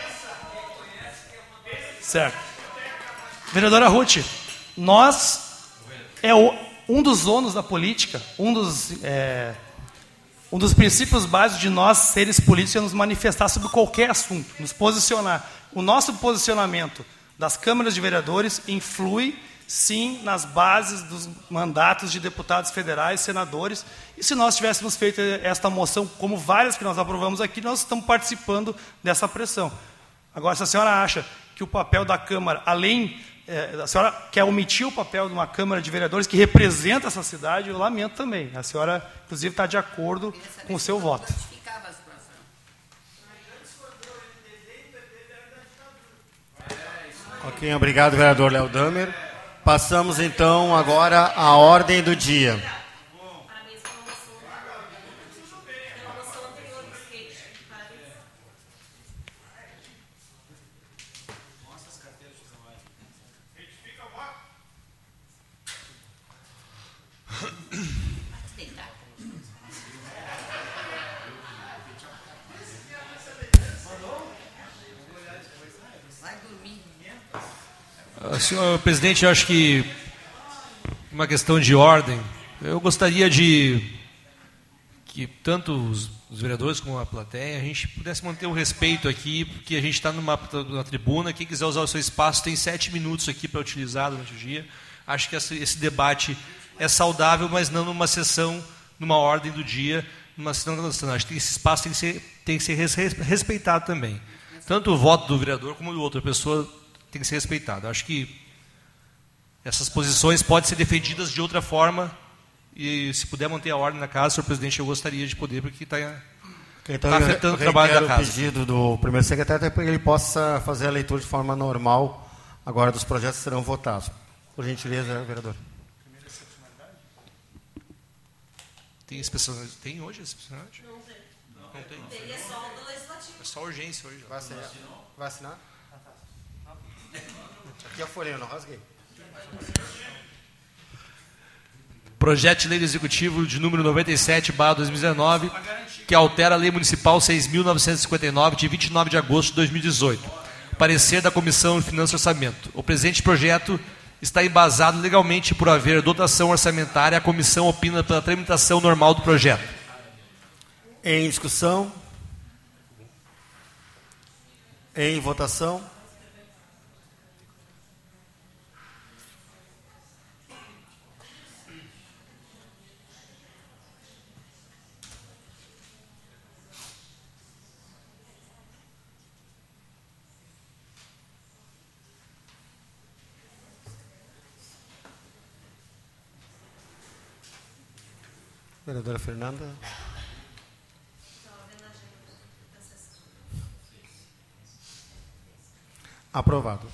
Certo. Vereadora Ruth, nós, é o, um dos ônus da política, um dos, é, um dos princípios básicos de nós, seres políticos, é nos manifestar sobre qualquer assunto, nos posicionar. O nosso posicionamento das câmaras de vereadores influi, sim, nas bases dos mandatos de deputados federais, senadores. E se nós tivéssemos feito esta moção, como várias que nós aprovamos aqui, nós estamos participando dessa pressão. Agora, se a senhora acha que o papel da Câmara, além... É, a senhora quer omitir o papel de uma Câmara de Vereadores que representa essa cidade, eu lamento também. A senhora, inclusive, está de acordo com o seu voto. Ok, obrigado, vereador Léo Damer. Passamos, então, agora à ordem do dia. Senhor presidente, eu acho que uma questão de ordem, eu gostaria de que tanto os, os vereadores como a plateia, a gente pudesse manter o respeito aqui, porque a gente está numa, numa tribuna, quem quiser usar o seu espaço tem sete minutos aqui para utilizar durante o dia. Acho que esse, esse debate é saudável, mas não numa sessão, numa ordem do dia, numa sessão. Acho que esse espaço tem que ser, tem que ser respeitado também. Tanto o voto do vereador como do outra pessoa tem que ser respeitado. Acho que essas posições podem ser defendidas de outra forma e, se puder manter a ordem na casa, senhor presidente, eu gostaria de poder, porque está então, tá afetando o trabalho da casa. O pedido do primeiro secretário é para que ele possa fazer a leitura de forma normal agora dos projetos que serão votados. Por gentileza, vereador. Tem excepcionalidade? Tem hoje excepcionalidade? Não tem. Não, não tem. Teria só o do legislativo. É só urgência hoje. Vai assinar? Vai assinar? Aqui a folha, eu não rasguei. Projeto de Lei do Executivo de número noventa e sete barra dois mil e dezenove, que altera a Lei Municipal seis mil novecentos e cinquenta e nove, de vinte e nove de agosto de dois mil e dezoito. Parecer da Comissão de Finanças e Orçamento. O presente projeto está embasado legalmente por haver dotação orçamentária. A comissão opina pela tramitação normal do projeto. Em discussão? Em votação? Vereadora Fernanda. Aprovado.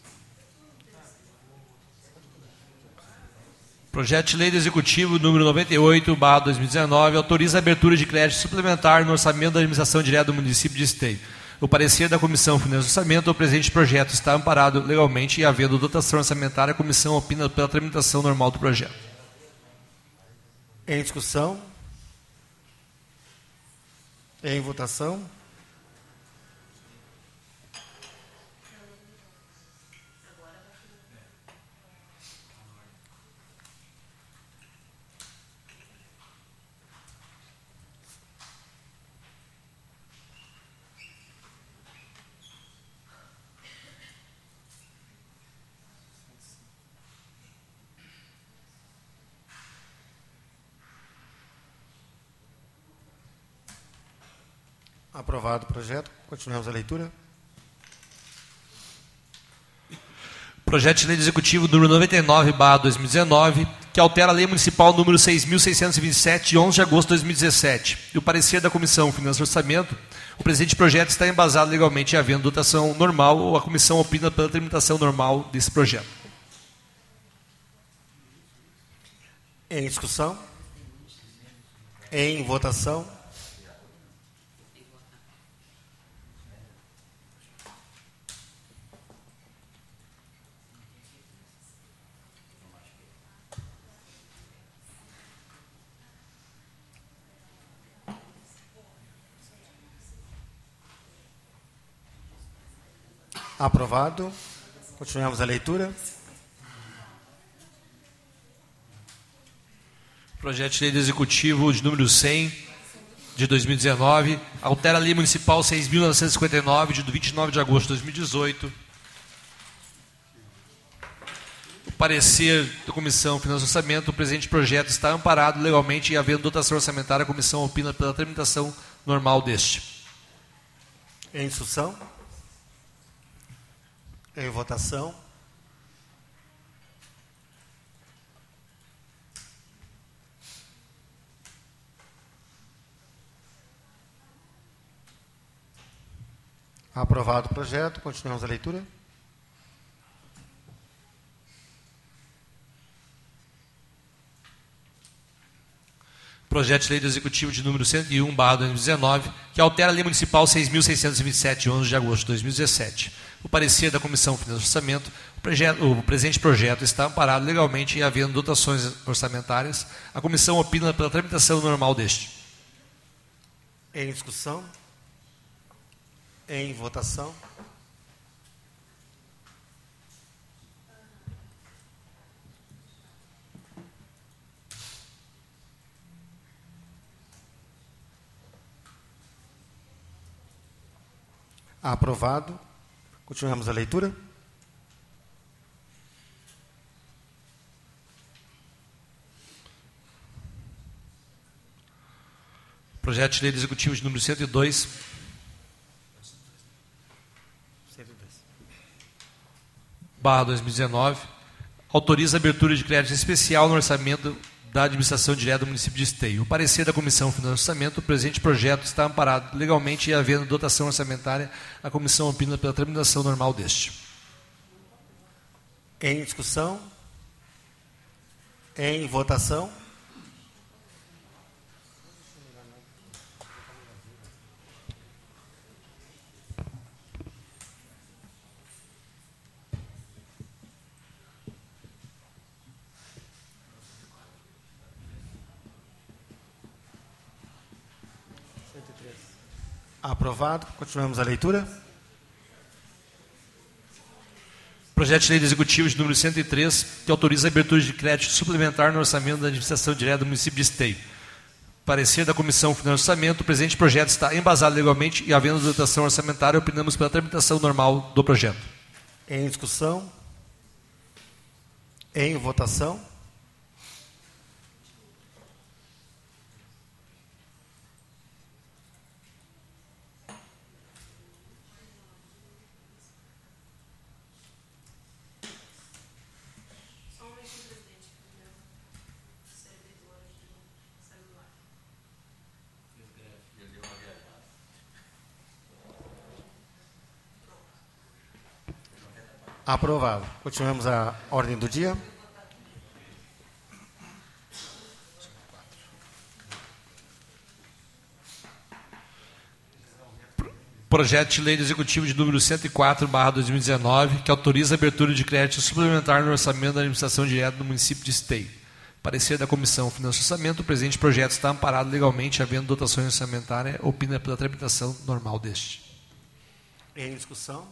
Projeto de Lei do Executivo número noventa e oito barra dois mil e dezenove autoriza a abertura de crédito suplementar no orçamento da administração direta do município de Esteio. O parecer da Comissão de Finanças e Orçamento, o presente projeto está amparado legalmente e, havendo dotação orçamentária, a comissão opina pela tramitação normal do projeto. Em discussão? Em votação? Aprovado o projeto. Continuamos a leitura. Projeto de Lei do Executivo número noventa e nove barra dois mil e dezenove que altera a Lei Municipal número seis mil seiscentos e vinte e sete, de onze de agosto de dois mil e dezessete. E o parecer da Comissão Finanças e Orçamento, o presente projeto está embasado legalmente e havendo dotação normal, ou a Comissão opina pela tramitação normal desse projeto. Em discussão? Em votação? Aprovado. Continuamos a leitura. Projeto de Lei do Executivo de número cem, de dois mil e dezenove, altera a Lei Municipal seis mil novecentos e cinquenta e nove, de vinte e nove de agosto de dois mil e dezoito. O parecer da Comissão Finanças e Orçamento, o presente projeto está amparado legalmente e havendo dotação orçamentária, a Comissão opina pela tramitação normal deste. Em discussão? Em votação? Aprovado o projeto. Continuamos a leitura. Projeto de Lei do Executivo de número cento e um, barra dois mil e dezenove, que altera a Lei Municipal seis mil seiscentos e vinte e sete, de onze de agosto de dois mil e dezessete. O parecer da Comissão Finanças e Orçamento, o, projeto, o presente projeto está amparado legalmente e havendo dotações orçamentárias, a Comissão opina pela tramitação normal deste. Em discussão? Em votação? Aprovado. Continuamos a leitura. Projeto de Lei do Executivo de número cento e dois. barra dois mil e dezenove, autoriza a abertura de crédito especial no orçamento da administração direta do município de Esteio. O parecer da Comissão Finanças e Orçamento, o presente projeto está amparado legalmente e havendo dotação orçamentária, a Comissão opina pela tramitação normal deste. Em discussão? Em votação? Aprovado. Continuamos a leitura. Projeto de Lei do Executivo de número cento e três, que autoriza a abertura de crédito suplementar no orçamento da administração direta do município de Esteio. Parecer da Comissão Finanças e Orçamento, o presente projeto está embasado legalmente e havendo dotação orçamentária, opinamos pela tramitação normal do projeto. Em discussão? Em votação? Aprovado. Continuamos a ordem do dia. Projeto de Lei do Executivo de número cento e quatro, barra dois mil e dezenove, que autoriza a abertura de crédito suplementar no orçamento da administração direta do município de Esteio. Parecer da Comissão Finanças e Orçamento, o presente projeto está amparado legalmente, havendo dotações orçamentárias, opina pela tramitação normal deste. Em discussão?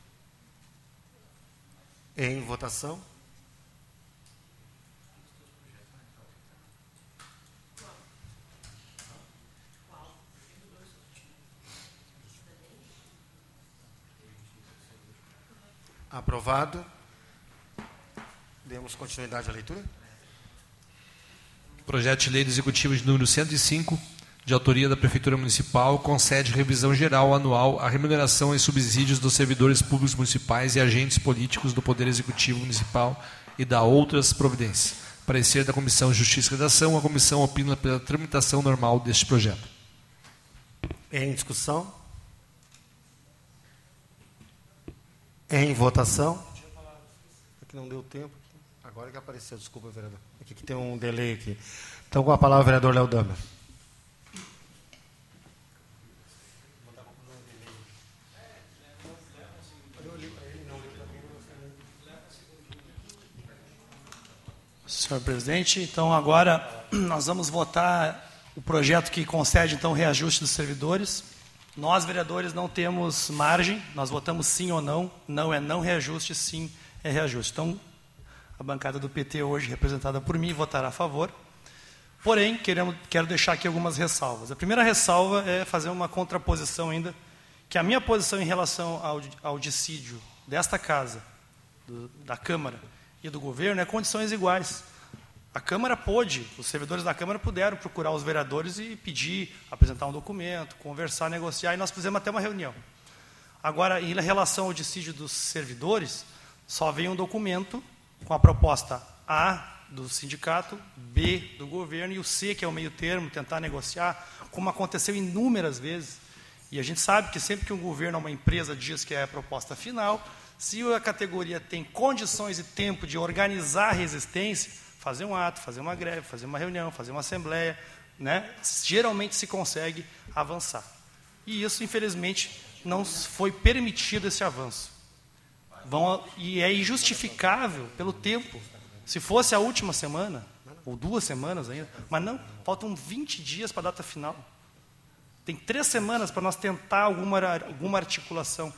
Em votação? Aprovado. Demos continuidade à leitura. Projeto de Lei do Executivo de número cento e cinco, de autoria da Prefeitura Municipal, concede revisão geral anual à remuneração e subsídios dos servidores públicos municipais e agentes políticos do Poder Executivo Municipal e da outras providências. Parecer da Comissão de Justiça e Redação. A comissão opina pela tramitação normal deste projeto. Em discussão? Em votação? Aqui não deu tempo. Agora que apareceu, desculpa, vereador. Aqui que tem um delay aqui. Então, com a palavra, o vereador Léo Damer. Senhor presidente, então agora nós vamos votar o projeto que concede então o reajuste dos servidores. Nós, vereadores, não temos margem, nós votamos sim ou não. Não é não reajuste, sim é reajuste. Então, a bancada do P T hoje, representada por mim, votará a favor. Porém, queremos, quero deixar aqui algumas ressalvas. A primeira ressalva é fazer uma contraposição ainda, que a minha posição em relação ao, ao dissídio desta casa, do, da Câmara e do governo, é condições iguais. A Câmara pôde, os servidores da Câmara puderam procurar os vereadores e pedir, apresentar um documento, conversar, negociar, e nós fizemos até uma reunião. Agora, em relação ao dissídio dos servidores, só vem um documento com a proposta A do sindicato, B do governo e o C, que é o meio termo, tentar negociar, como aconteceu inúmeras vezes. E a gente sabe que sempre que um governo ou uma empresa diz que é a proposta final, se a categoria tem condições e tempo de organizar a resistência, fazer um ato, fazer uma greve, fazer uma reunião, fazer uma assembleia, né, geralmente se consegue avançar. E isso, infelizmente, não foi permitido esse avanço. Vão, e é injustificável pelo tempo. Se fosse a última semana, ou duas semanas ainda, mas não, faltam vinte dias para a data final. Tem três semanas para nós tentar alguma, alguma articulação.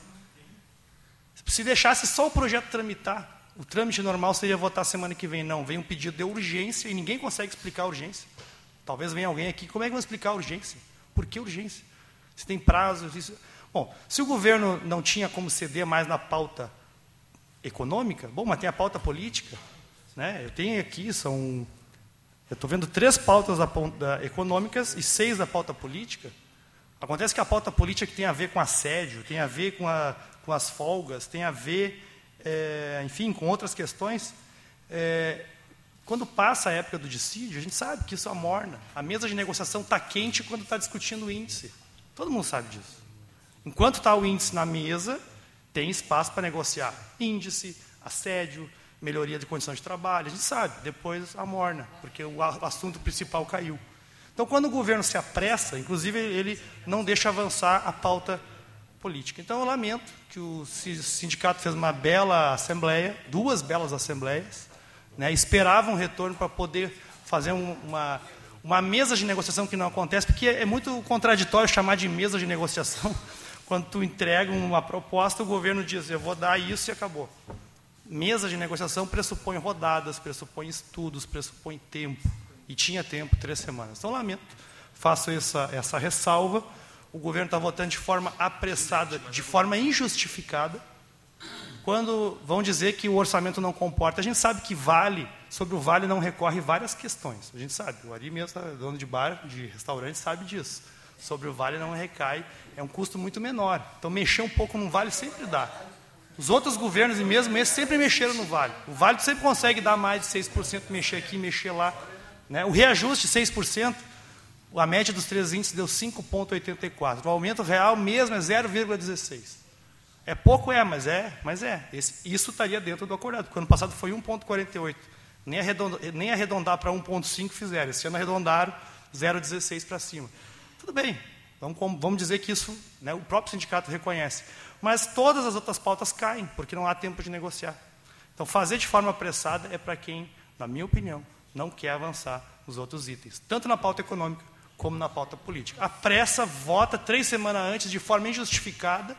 Se deixasse só o projeto tramitar, o trâmite normal seria votar semana que vem. Não, vem um pedido de urgência e ninguém consegue explicar a urgência. Talvez venha alguém aqui, como é que vão explicar a urgência? Por que urgência? Se tem prazo... Isso... Bom, se o governo não tinha como ceder mais na pauta econômica, bom, mas tem a pauta política, né? Eu tenho aqui, são... Eu estou vendo três pautas da, da, econômicas e seis da pauta política. Acontece que a pauta política que tem a ver com assédio, tem a ver com, a, com as folgas, tem a ver... É, enfim, com outras questões, é, quando passa a época do dissídio, a gente sabe que isso amorna. A mesa de negociação está quente quando está discutindo o índice. Todo mundo sabe disso. Enquanto está o índice na mesa, tem espaço para negociar índice, assédio, melhoria de condições de trabalho. A gente sabe, depois amorna, porque o assunto principal caiu. Então, quando o governo se apressa, inclusive, ele não deixa avançar a pauta política. Então, eu lamento que o sindicato fez uma bela assembleia, duas belas assembleias, né, esperava um retorno para poder fazer um, uma, uma mesa de negociação que não acontece, porque é muito contraditório chamar de mesa de negociação. Quando tu entrega uma proposta, o governo diz, eu vou dar isso e acabou. Mesa de negociação pressupõe rodadas, pressupõe estudos, pressupõe tempo. E tinha tempo, três semanas. Então, lamento, faço essa, essa ressalva. O governo está votando de forma apressada, de forma injustificada. Quando vão dizer que o orçamento não comporta, a gente sabe que vale, sobre o vale não recorre várias questões. A gente sabe, o Ari mesmo, dono de bar, de restaurante, sabe disso. Sobre o vale não recai, é um custo muito menor. Então, mexer um pouco no vale sempre dá. Os outros governos, e mesmo esses, sempre mexeram no vale. O vale sempre consegue dar mais de seis por cento, mexer aqui, mexer lá. Né? O reajuste, seis por cento, a média dos três índices deu cinco vírgula oitenta e quatro. O aumento real mesmo é zero vírgula dezesseis. É pouco, é, mas é. Mas é. Esse, isso estaria dentro do acordado, porque ano passado foi um vírgula quarenta e oito. Nem arredondar, nem arredondar para um vírgula cinco fizeram. Esse ano arredondaram zero vírgula dezesseis para cima. Tudo bem, vamos, vamos dizer que isso, né, o próprio sindicato reconhece. Mas todas as outras pautas caem, porque não há tempo de negociar. Então, fazer de forma apressada é para quem, na minha opinião, não quer avançar nos outros itens, tanto na pauta econômica como na pauta política. A pressa vota três semanas antes, de forma injustificada,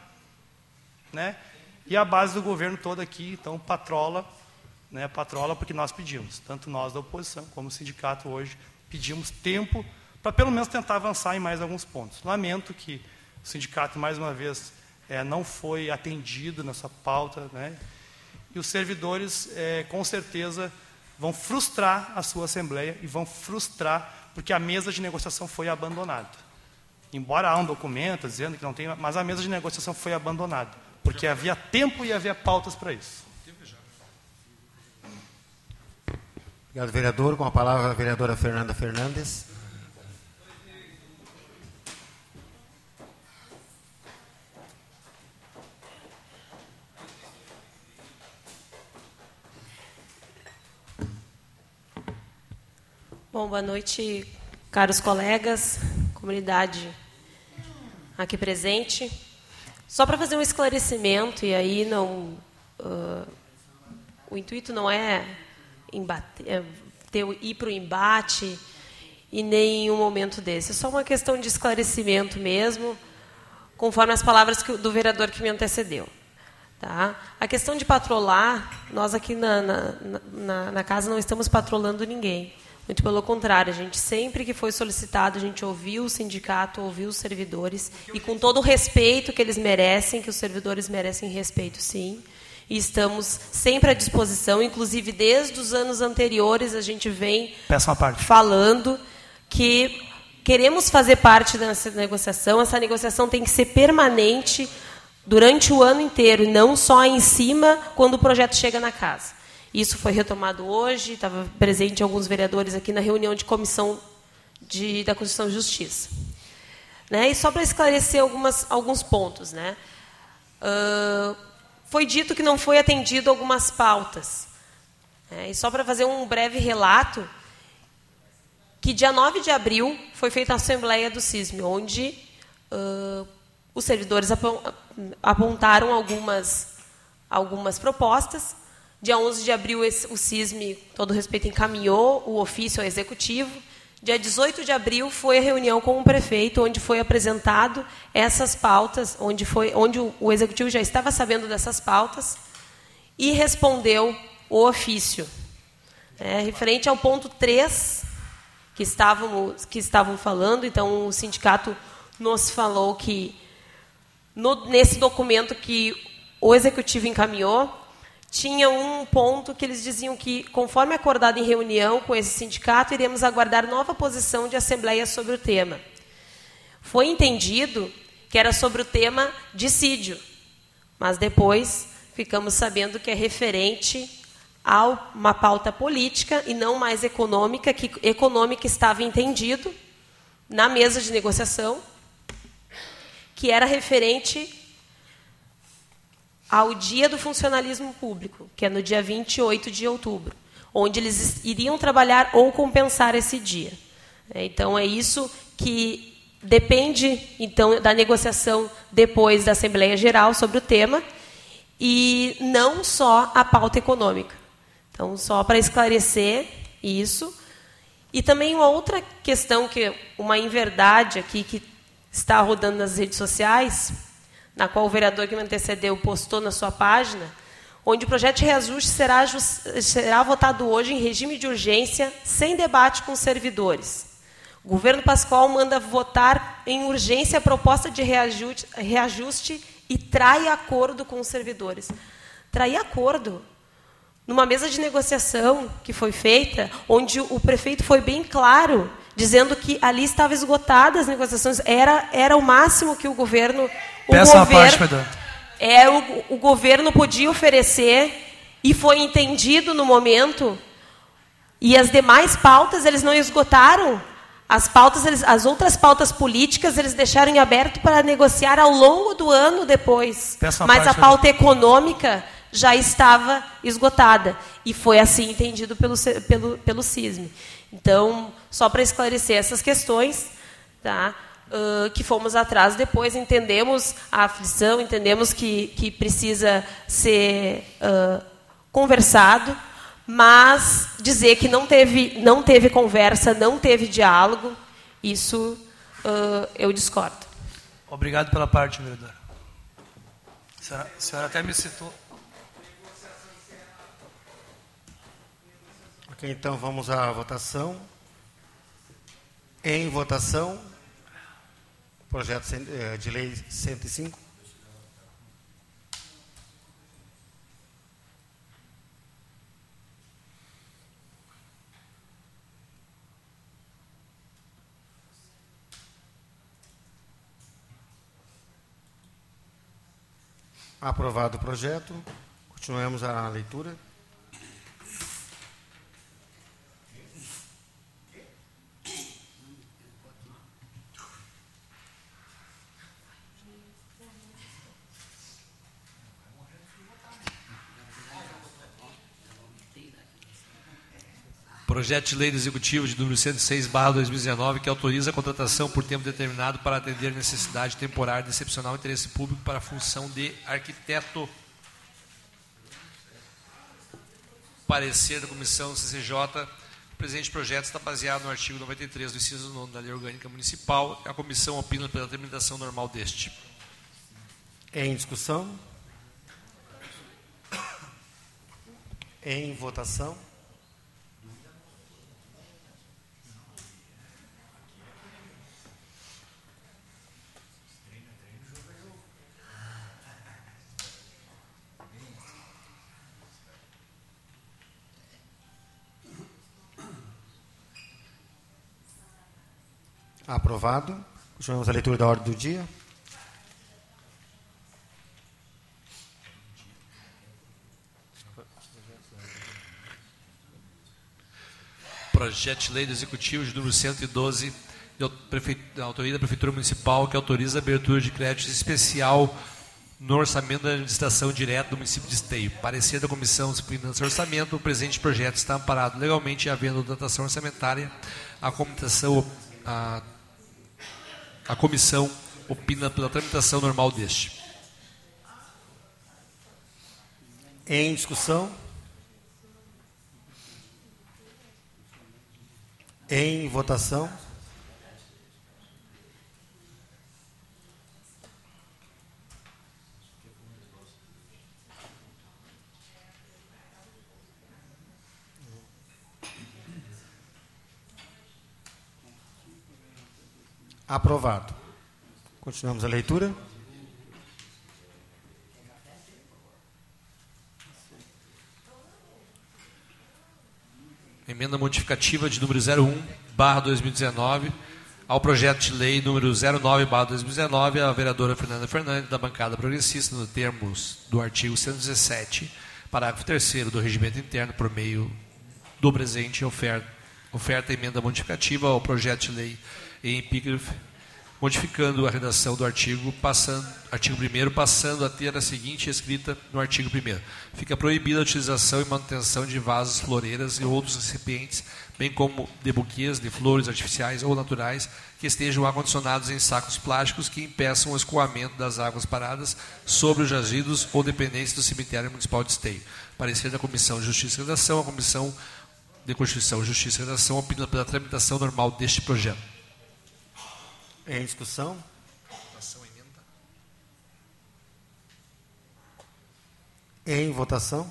né, e a base do governo toda aqui, então, patrola, né, patrola porque nós pedimos, tanto nós da oposição como o sindicato hoje, pedimos tempo para pelo menos tentar avançar em mais alguns pontos. Lamento que o sindicato, mais uma vez, é, não foi atendido nessa pauta, né, e os servidores, é, com certeza, vão frustrar a sua assembleia e vão frustrar porque a mesa de negociação foi abandonada. Embora há um documento dizendo que não tem, mas a mesa de negociação foi abandonada, porque havia tempo e havia pautas para isso. Obrigado, vereador. Com a palavra a vereadora Fernanda Fernandes. Bom, boa noite, caros colegas, comunidade aqui presente. Só para fazer um esclarecimento, e aí não, uh, o intuito não é, embate, é ter, ir para o embate e nem um momento desse. É só uma questão de esclarecimento mesmo, conforme as palavras que, do vereador que me antecedeu. Tá? A questão de patrolar, nós aqui na, na, na, na casa não estamos patrolando ninguém. Muito pelo contrário, a gente sempre que foi solicitado, a gente ouviu o sindicato, ouviu os servidores, e com todo o respeito que eles merecem, que os servidores merecem respeito, sim, e estamos sempre à disposição, inclusive desde os anos anteriores a gente vem falando que queremos fazer parte dessa negociação, essa negociação tem que ser permanente durante o ano inteiro, e não só em cima quando o projeto chega na casa. Isso foi retomado hoje, estava presente alguns vereadores aqui na reunião de comissão de, da Constituição e Justiça. Né? E só para esclarecer algumas, alguns pontos. Né? Uh, foi dito que não foi atendido algumas pautas. Né? E só para fazer um breve relato, que dia nove de abril foi feita a Assembleia do C I S M, onde uh, os servidores apontaram algumas, algumas propostas. Dia onze de abril, o C I S M, todo respeito, encaminhou o ofício ao Executivo. Dia dezoito de abril foi a reunião com o prefeito, onde foi apresentado essas pautas, onde, foi, onde o, o Executivo já estava sabendo dessas pautas e respondeu o ofício. É, referente ao ponto três, que estavam, que estavam falando, então o sindicato nos falou que, no, nesse documento que o Executivo encaminhou, tinha um ponto que eles diziam que, conforme acordado em reunião com esse sindicato, iremos aguardar nova posição de assembleia sobre o tema. Foi entendido que era sobre o tema dissídio, mas depois ficamos sabendo que é referente a uma pauta política e não mais econômica, que econômica estava entendido na mesa de negociação, que era referente ao Dia do Funcionalismo Público, que é no dia vinte e oito de outubro, onde eles iriam trabalhar ou compensar esse dia. Então, é isso que depende então, da negociação depois da Assembleia Geral sobre o tema, e não só a pauta econômica. Então, só para esclarecer isso. E também uma outra questão, que uma inverdade aqui que está rodando nas redes sociais, na qual o vereador que me antecedeu postou na sua página, onde o projeto de reajuste será, será votado hoje em regime de urgência, sem debate com os servidores. O governo Pascoal manda votar em urgência a proposta de reajuste, reajuste e trai acordo com os servidores. Trair acordo numa mesa de negociação que foi feita, onde o prefeito foi bem claro, dizendo que ali estava esgotada as negociações, era, era o máximo que o governo... O Peça governo, a parte, Pedro. É, o, o governo podia oferecer, e foi entendido no momento, e as demais pautas eles não esgotaram. As pautas, eles, as outras pautas políticas, eles deixaram em aberto para negociar ao longo do ano depois. Peça a Mas parte, a pauta Pedro. econômica já estava esgotada. E foi assim entendido pelo, pelo, pelo C I S M. Então, só para esclarecer essas questões, tá? Uh, que fomos atrás depois, entendemos a aflição, entendemos que, que precisa ser uh, conversado, mas dizer que não teve, não teve conversa, não teve diálogo, isso uh, eu discordo. Obrigado pela parte, vereadora. A senhora, a senhora até me citou. Ok, então vamos à votação. Em votação, projeto de lei cento e cinco. Aprovado o projeto. Continuamos a leitura. Projeto de Lei do Executivo de número cento e seis barra dois mil e dezenove, que autoriza a contratação por tempo determinado para atender necessidade temporária de excepcional interesse público para a função de arquiteto. Parecer da Comissão C C J. O presente projeto está baseado no artigo noventa e três do inciso nono da Lei Orgânica Municipal. A comissão opina pela tramitação normal deste. Em discussão? Em votação? Aprovado. Continuamos a leitura da ordem do dia. Projeto de Lei do Executivo de número cento e doze, da autoria da Prefeitura Municipal, que autoriza a abertura de crédito especial no orçamento da administração direta do município de Esteio. Parecer da Comissão de Finanças e Orçamento, o presente projeto está amparado legalmente, havendo dotação orçamentária. A comissão, a, a comissão opina pela tramitação normal deste. Em discussão? Em votação? Aprovado. Continuamos a leitura. Emenda modificativa de número zero um barra dois mil e dezenove ao projeto de lei número zero nove barra dois mil e dezenove, a vereadora Fernanda Fernandes, da bancada progressista, nos termos do artigo cento e dezessete, parágrafo terceiro do regimento interno, por meio do presente, oferta, oferta emenda modificativa ao projeto de lei em epígrafe, modificando a redação do artigo, passando, artigo primeiro, passando a ter a seguinte escrita no artigo primeiro. Fica proibida a utilização e manutenção de vasos, floreiras e outros recipientes, bem como de buquês de flores artificiais ou naturais que estejam acondicionados em sacos plásticos que impeçam o escoamento das águas paradas sobre os jazidos ou dependências do cemitério municipal de Esteio. Parecer da Comissão de Justiça e Redação, a Comissão de Constituição, Justiça e Redação opina pela tramitação normal deste projeto. Em discussão? Em votação?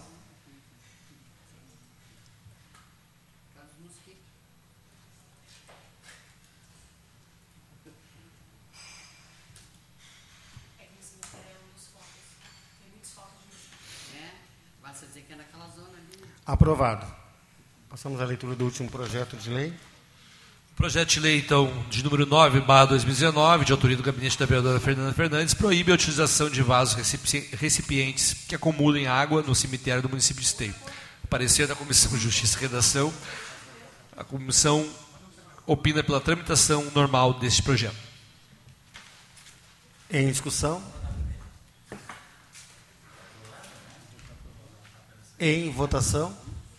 Aprovado. Passamos à leitura do último projeto de lei. Projeto de lei, então, de número nove barra dois mil e dezenove, de autoria do gabinete da vereadora Fernanda Fernandes, proíbe a utilização de vasos recipientes que acumulem água no cemitério do município de Esteio. Parecer da Comissão de Justiça e Redação, a comissão opina pela tramitação normal deste projeto. Em discussão? Em votação?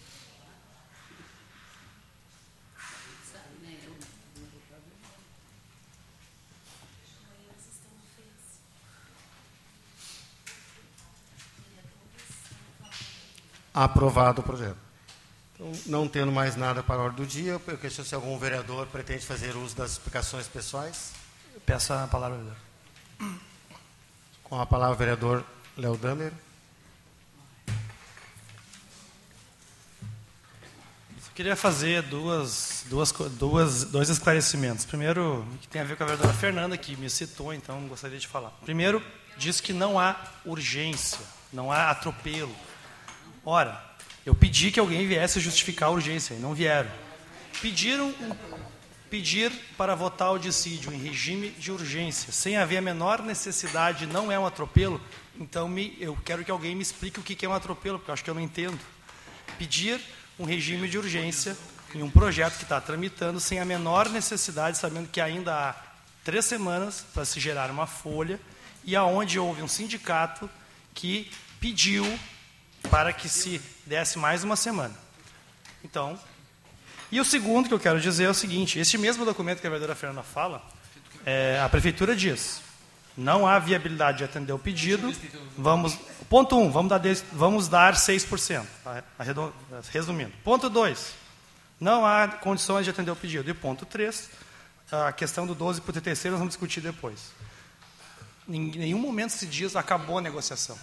Aprovado o projeto. Então, não tendo mais nada para a ordem do dia, eu questiono se algum vereador pretende fazer uso das explicações pessoais. Eu peço a palavra, vereador. Com a palavra, o vereador Léo Damer. Eu queria fazer duas, duas, duas, dois esclarecimentos. Primeiro, que tem a ver com a vereadora Fernanda, que me citou, então gostaria de falar. Primeiro, diz que não há urgência, não há atropelo. Ora, eu pedi que alguém viesse justificar a urgência, e não vieram. Pediram, pedir para votar o dissídio em regime de urgência, sem haver a menor necessidade, não é um atropelo. Então, me, eu quero que alguém me explique o que é um atropelo, porque eu acho que eu não entendo. Pedir um regime de urgência em um projeto que está tramitando, sem a menor necessidade, sabendo que ainda há três semanas para se gerar uma folha, e aonde houve um sindicato que pediu para que se desse mais uma semana. Então, E o segundo que eu quero dizer é o seguinte, este mesmo documento que a vereadora Fernanda fala, é, a prefeitura diz, não há viabilidade de atender o pedido, vamos, ponto um, vamos dar, vamos dar seis por cento, tá? Resumindo. Ponto dois, não há condições de atender o pedido. E ponto três, a questão do doze por trinta e seis nós vamos discutir depois. Em nenhum momento se diz acabou a negociação.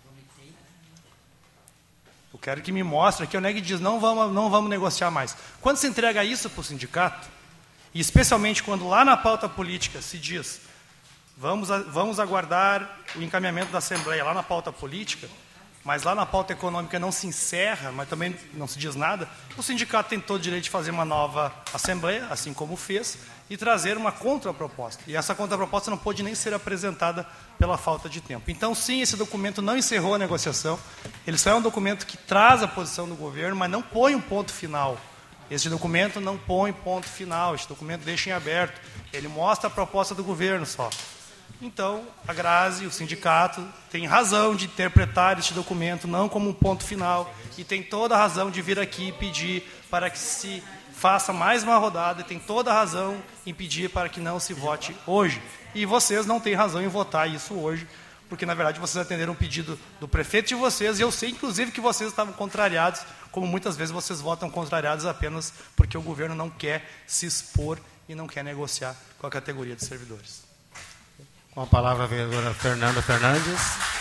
Eu quero que me mostre que o N E G diz não vamos, não vamos negociar mais. Quando se entrega isso para o sindicato, e especialmente quando lá na pauta política se diz vamos, vamos aguardar o encaminhamento da Assembleia lá na pauta política, mas lá na pauta econômica não se encerra, mas também não se diz nada, o sindicato tem todo o direito de fazer uma nova Assembleia, assim como fez, e trazer uma contraproposta. E essa contraproposta não pôde nem ser apresentada pela falta de tempo. Então, sim, esse documento não encerrou a negociação, ele só é um documento que traz a posição do governo, mas não põe um ponto final. Esse documento não põe ponto final, esse documento deixa em aberto, ele mostra a proposta do governo só. Então, a Grazi, o sindicato, tem razão de interpretar este documento não como um ponto final e tem toda a razão de vir aqui e pedir para que se faça mais uma rodada e tem toda a razão em pedir para que não se vote hoje. E vocês não têm razão em votar isso hoje, porque, na verdade, vocês atenderam um pedido do prefeito de vocês e eu sei, inclusive, que vocês estavam contrariados, como muitas vezes vocês votam contrariados apenas porque o governo não quer se expor e não quer negociar com a categoria de servidores. Com a palavra a vereadora Fernanda Fernandes.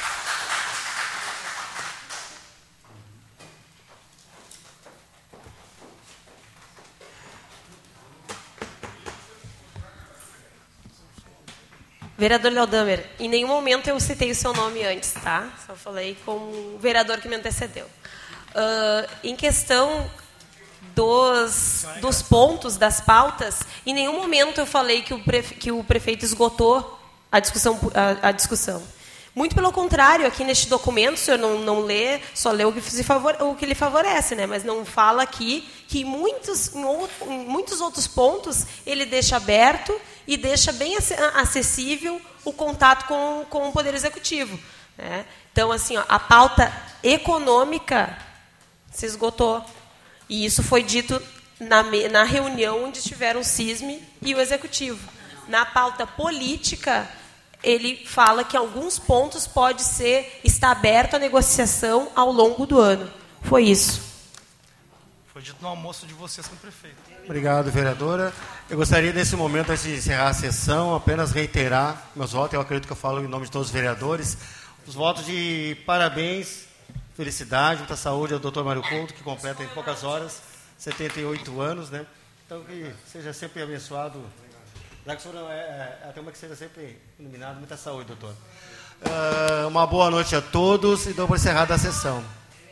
Vereador Léo Damer, em nenhum momento eu citei o seu nome antes, tá? Só falei com o vereador que me antecedeu. Uh, em questão dos, dos pontos, das pautas, em nenhum momento eu falei que o, prefe, que o prefeito esgotou a discussão, a, a discussão. Muito pelo contrário, aqui neste documento, o senhor não, não lê, só lê o que, se favor, o que lhe favorece, né? Mas não fala aqui que em muitos, em, outro, em muitos outros pontos ele deixa aberto e deixa bem acessível o contato com, com o Poder Executivo. Né? Então, assim, ó, a pauta econômica se esgotou. E isso foi dito na, na reunião onde estiveram o CISME e o Executivo. Na pauta política, ele fala que em alguns pontos pode ser, está aberto a negociação ao longo do ano. Foi isso. Foi dito no almoço de vocês com o prefeito. Obrigado, vereadora. Eu gostaria, nesse momento, antes de encerrar a sessão, apenas reiterar meus votos. Eu acredito que eu falo em nome de todos os vereadores. Os votos de parabéns, felicidade, muita saúde ao doutor Mário Couto, que completa em poucas horas setenta e oito anos, né? Então, que seja sempre abençoado. Já que o senhor é, é, a tema que seja sempre iluminado. Muita saúde, doutor. Uh, uma boa noite a todos e dou por encerrada a sessão.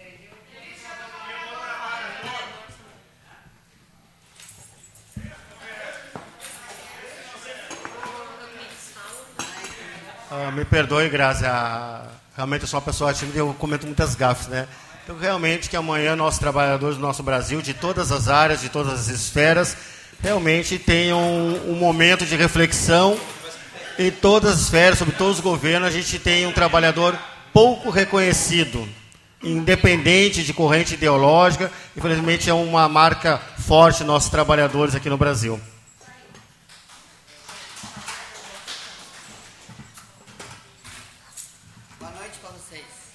Uh, me perdoe, Grazi, a... realmente eu sou uma pessoa tímida e eu cometo muitas gafes, né? Então, realmente, que amanhã nossos trabalhadores do nosso Brasil, de todas as áreas, de todas as esferas, realmente tenham um, um momento de reflexão em todas as esferas, sobre todos os governos. A gente tem um trabalhador pouco reconhecido, independente de corrente ideológica. Infelizmente, é uma marca forte nossos trabalhadores aqui no Brasil. Boa noite para vocês.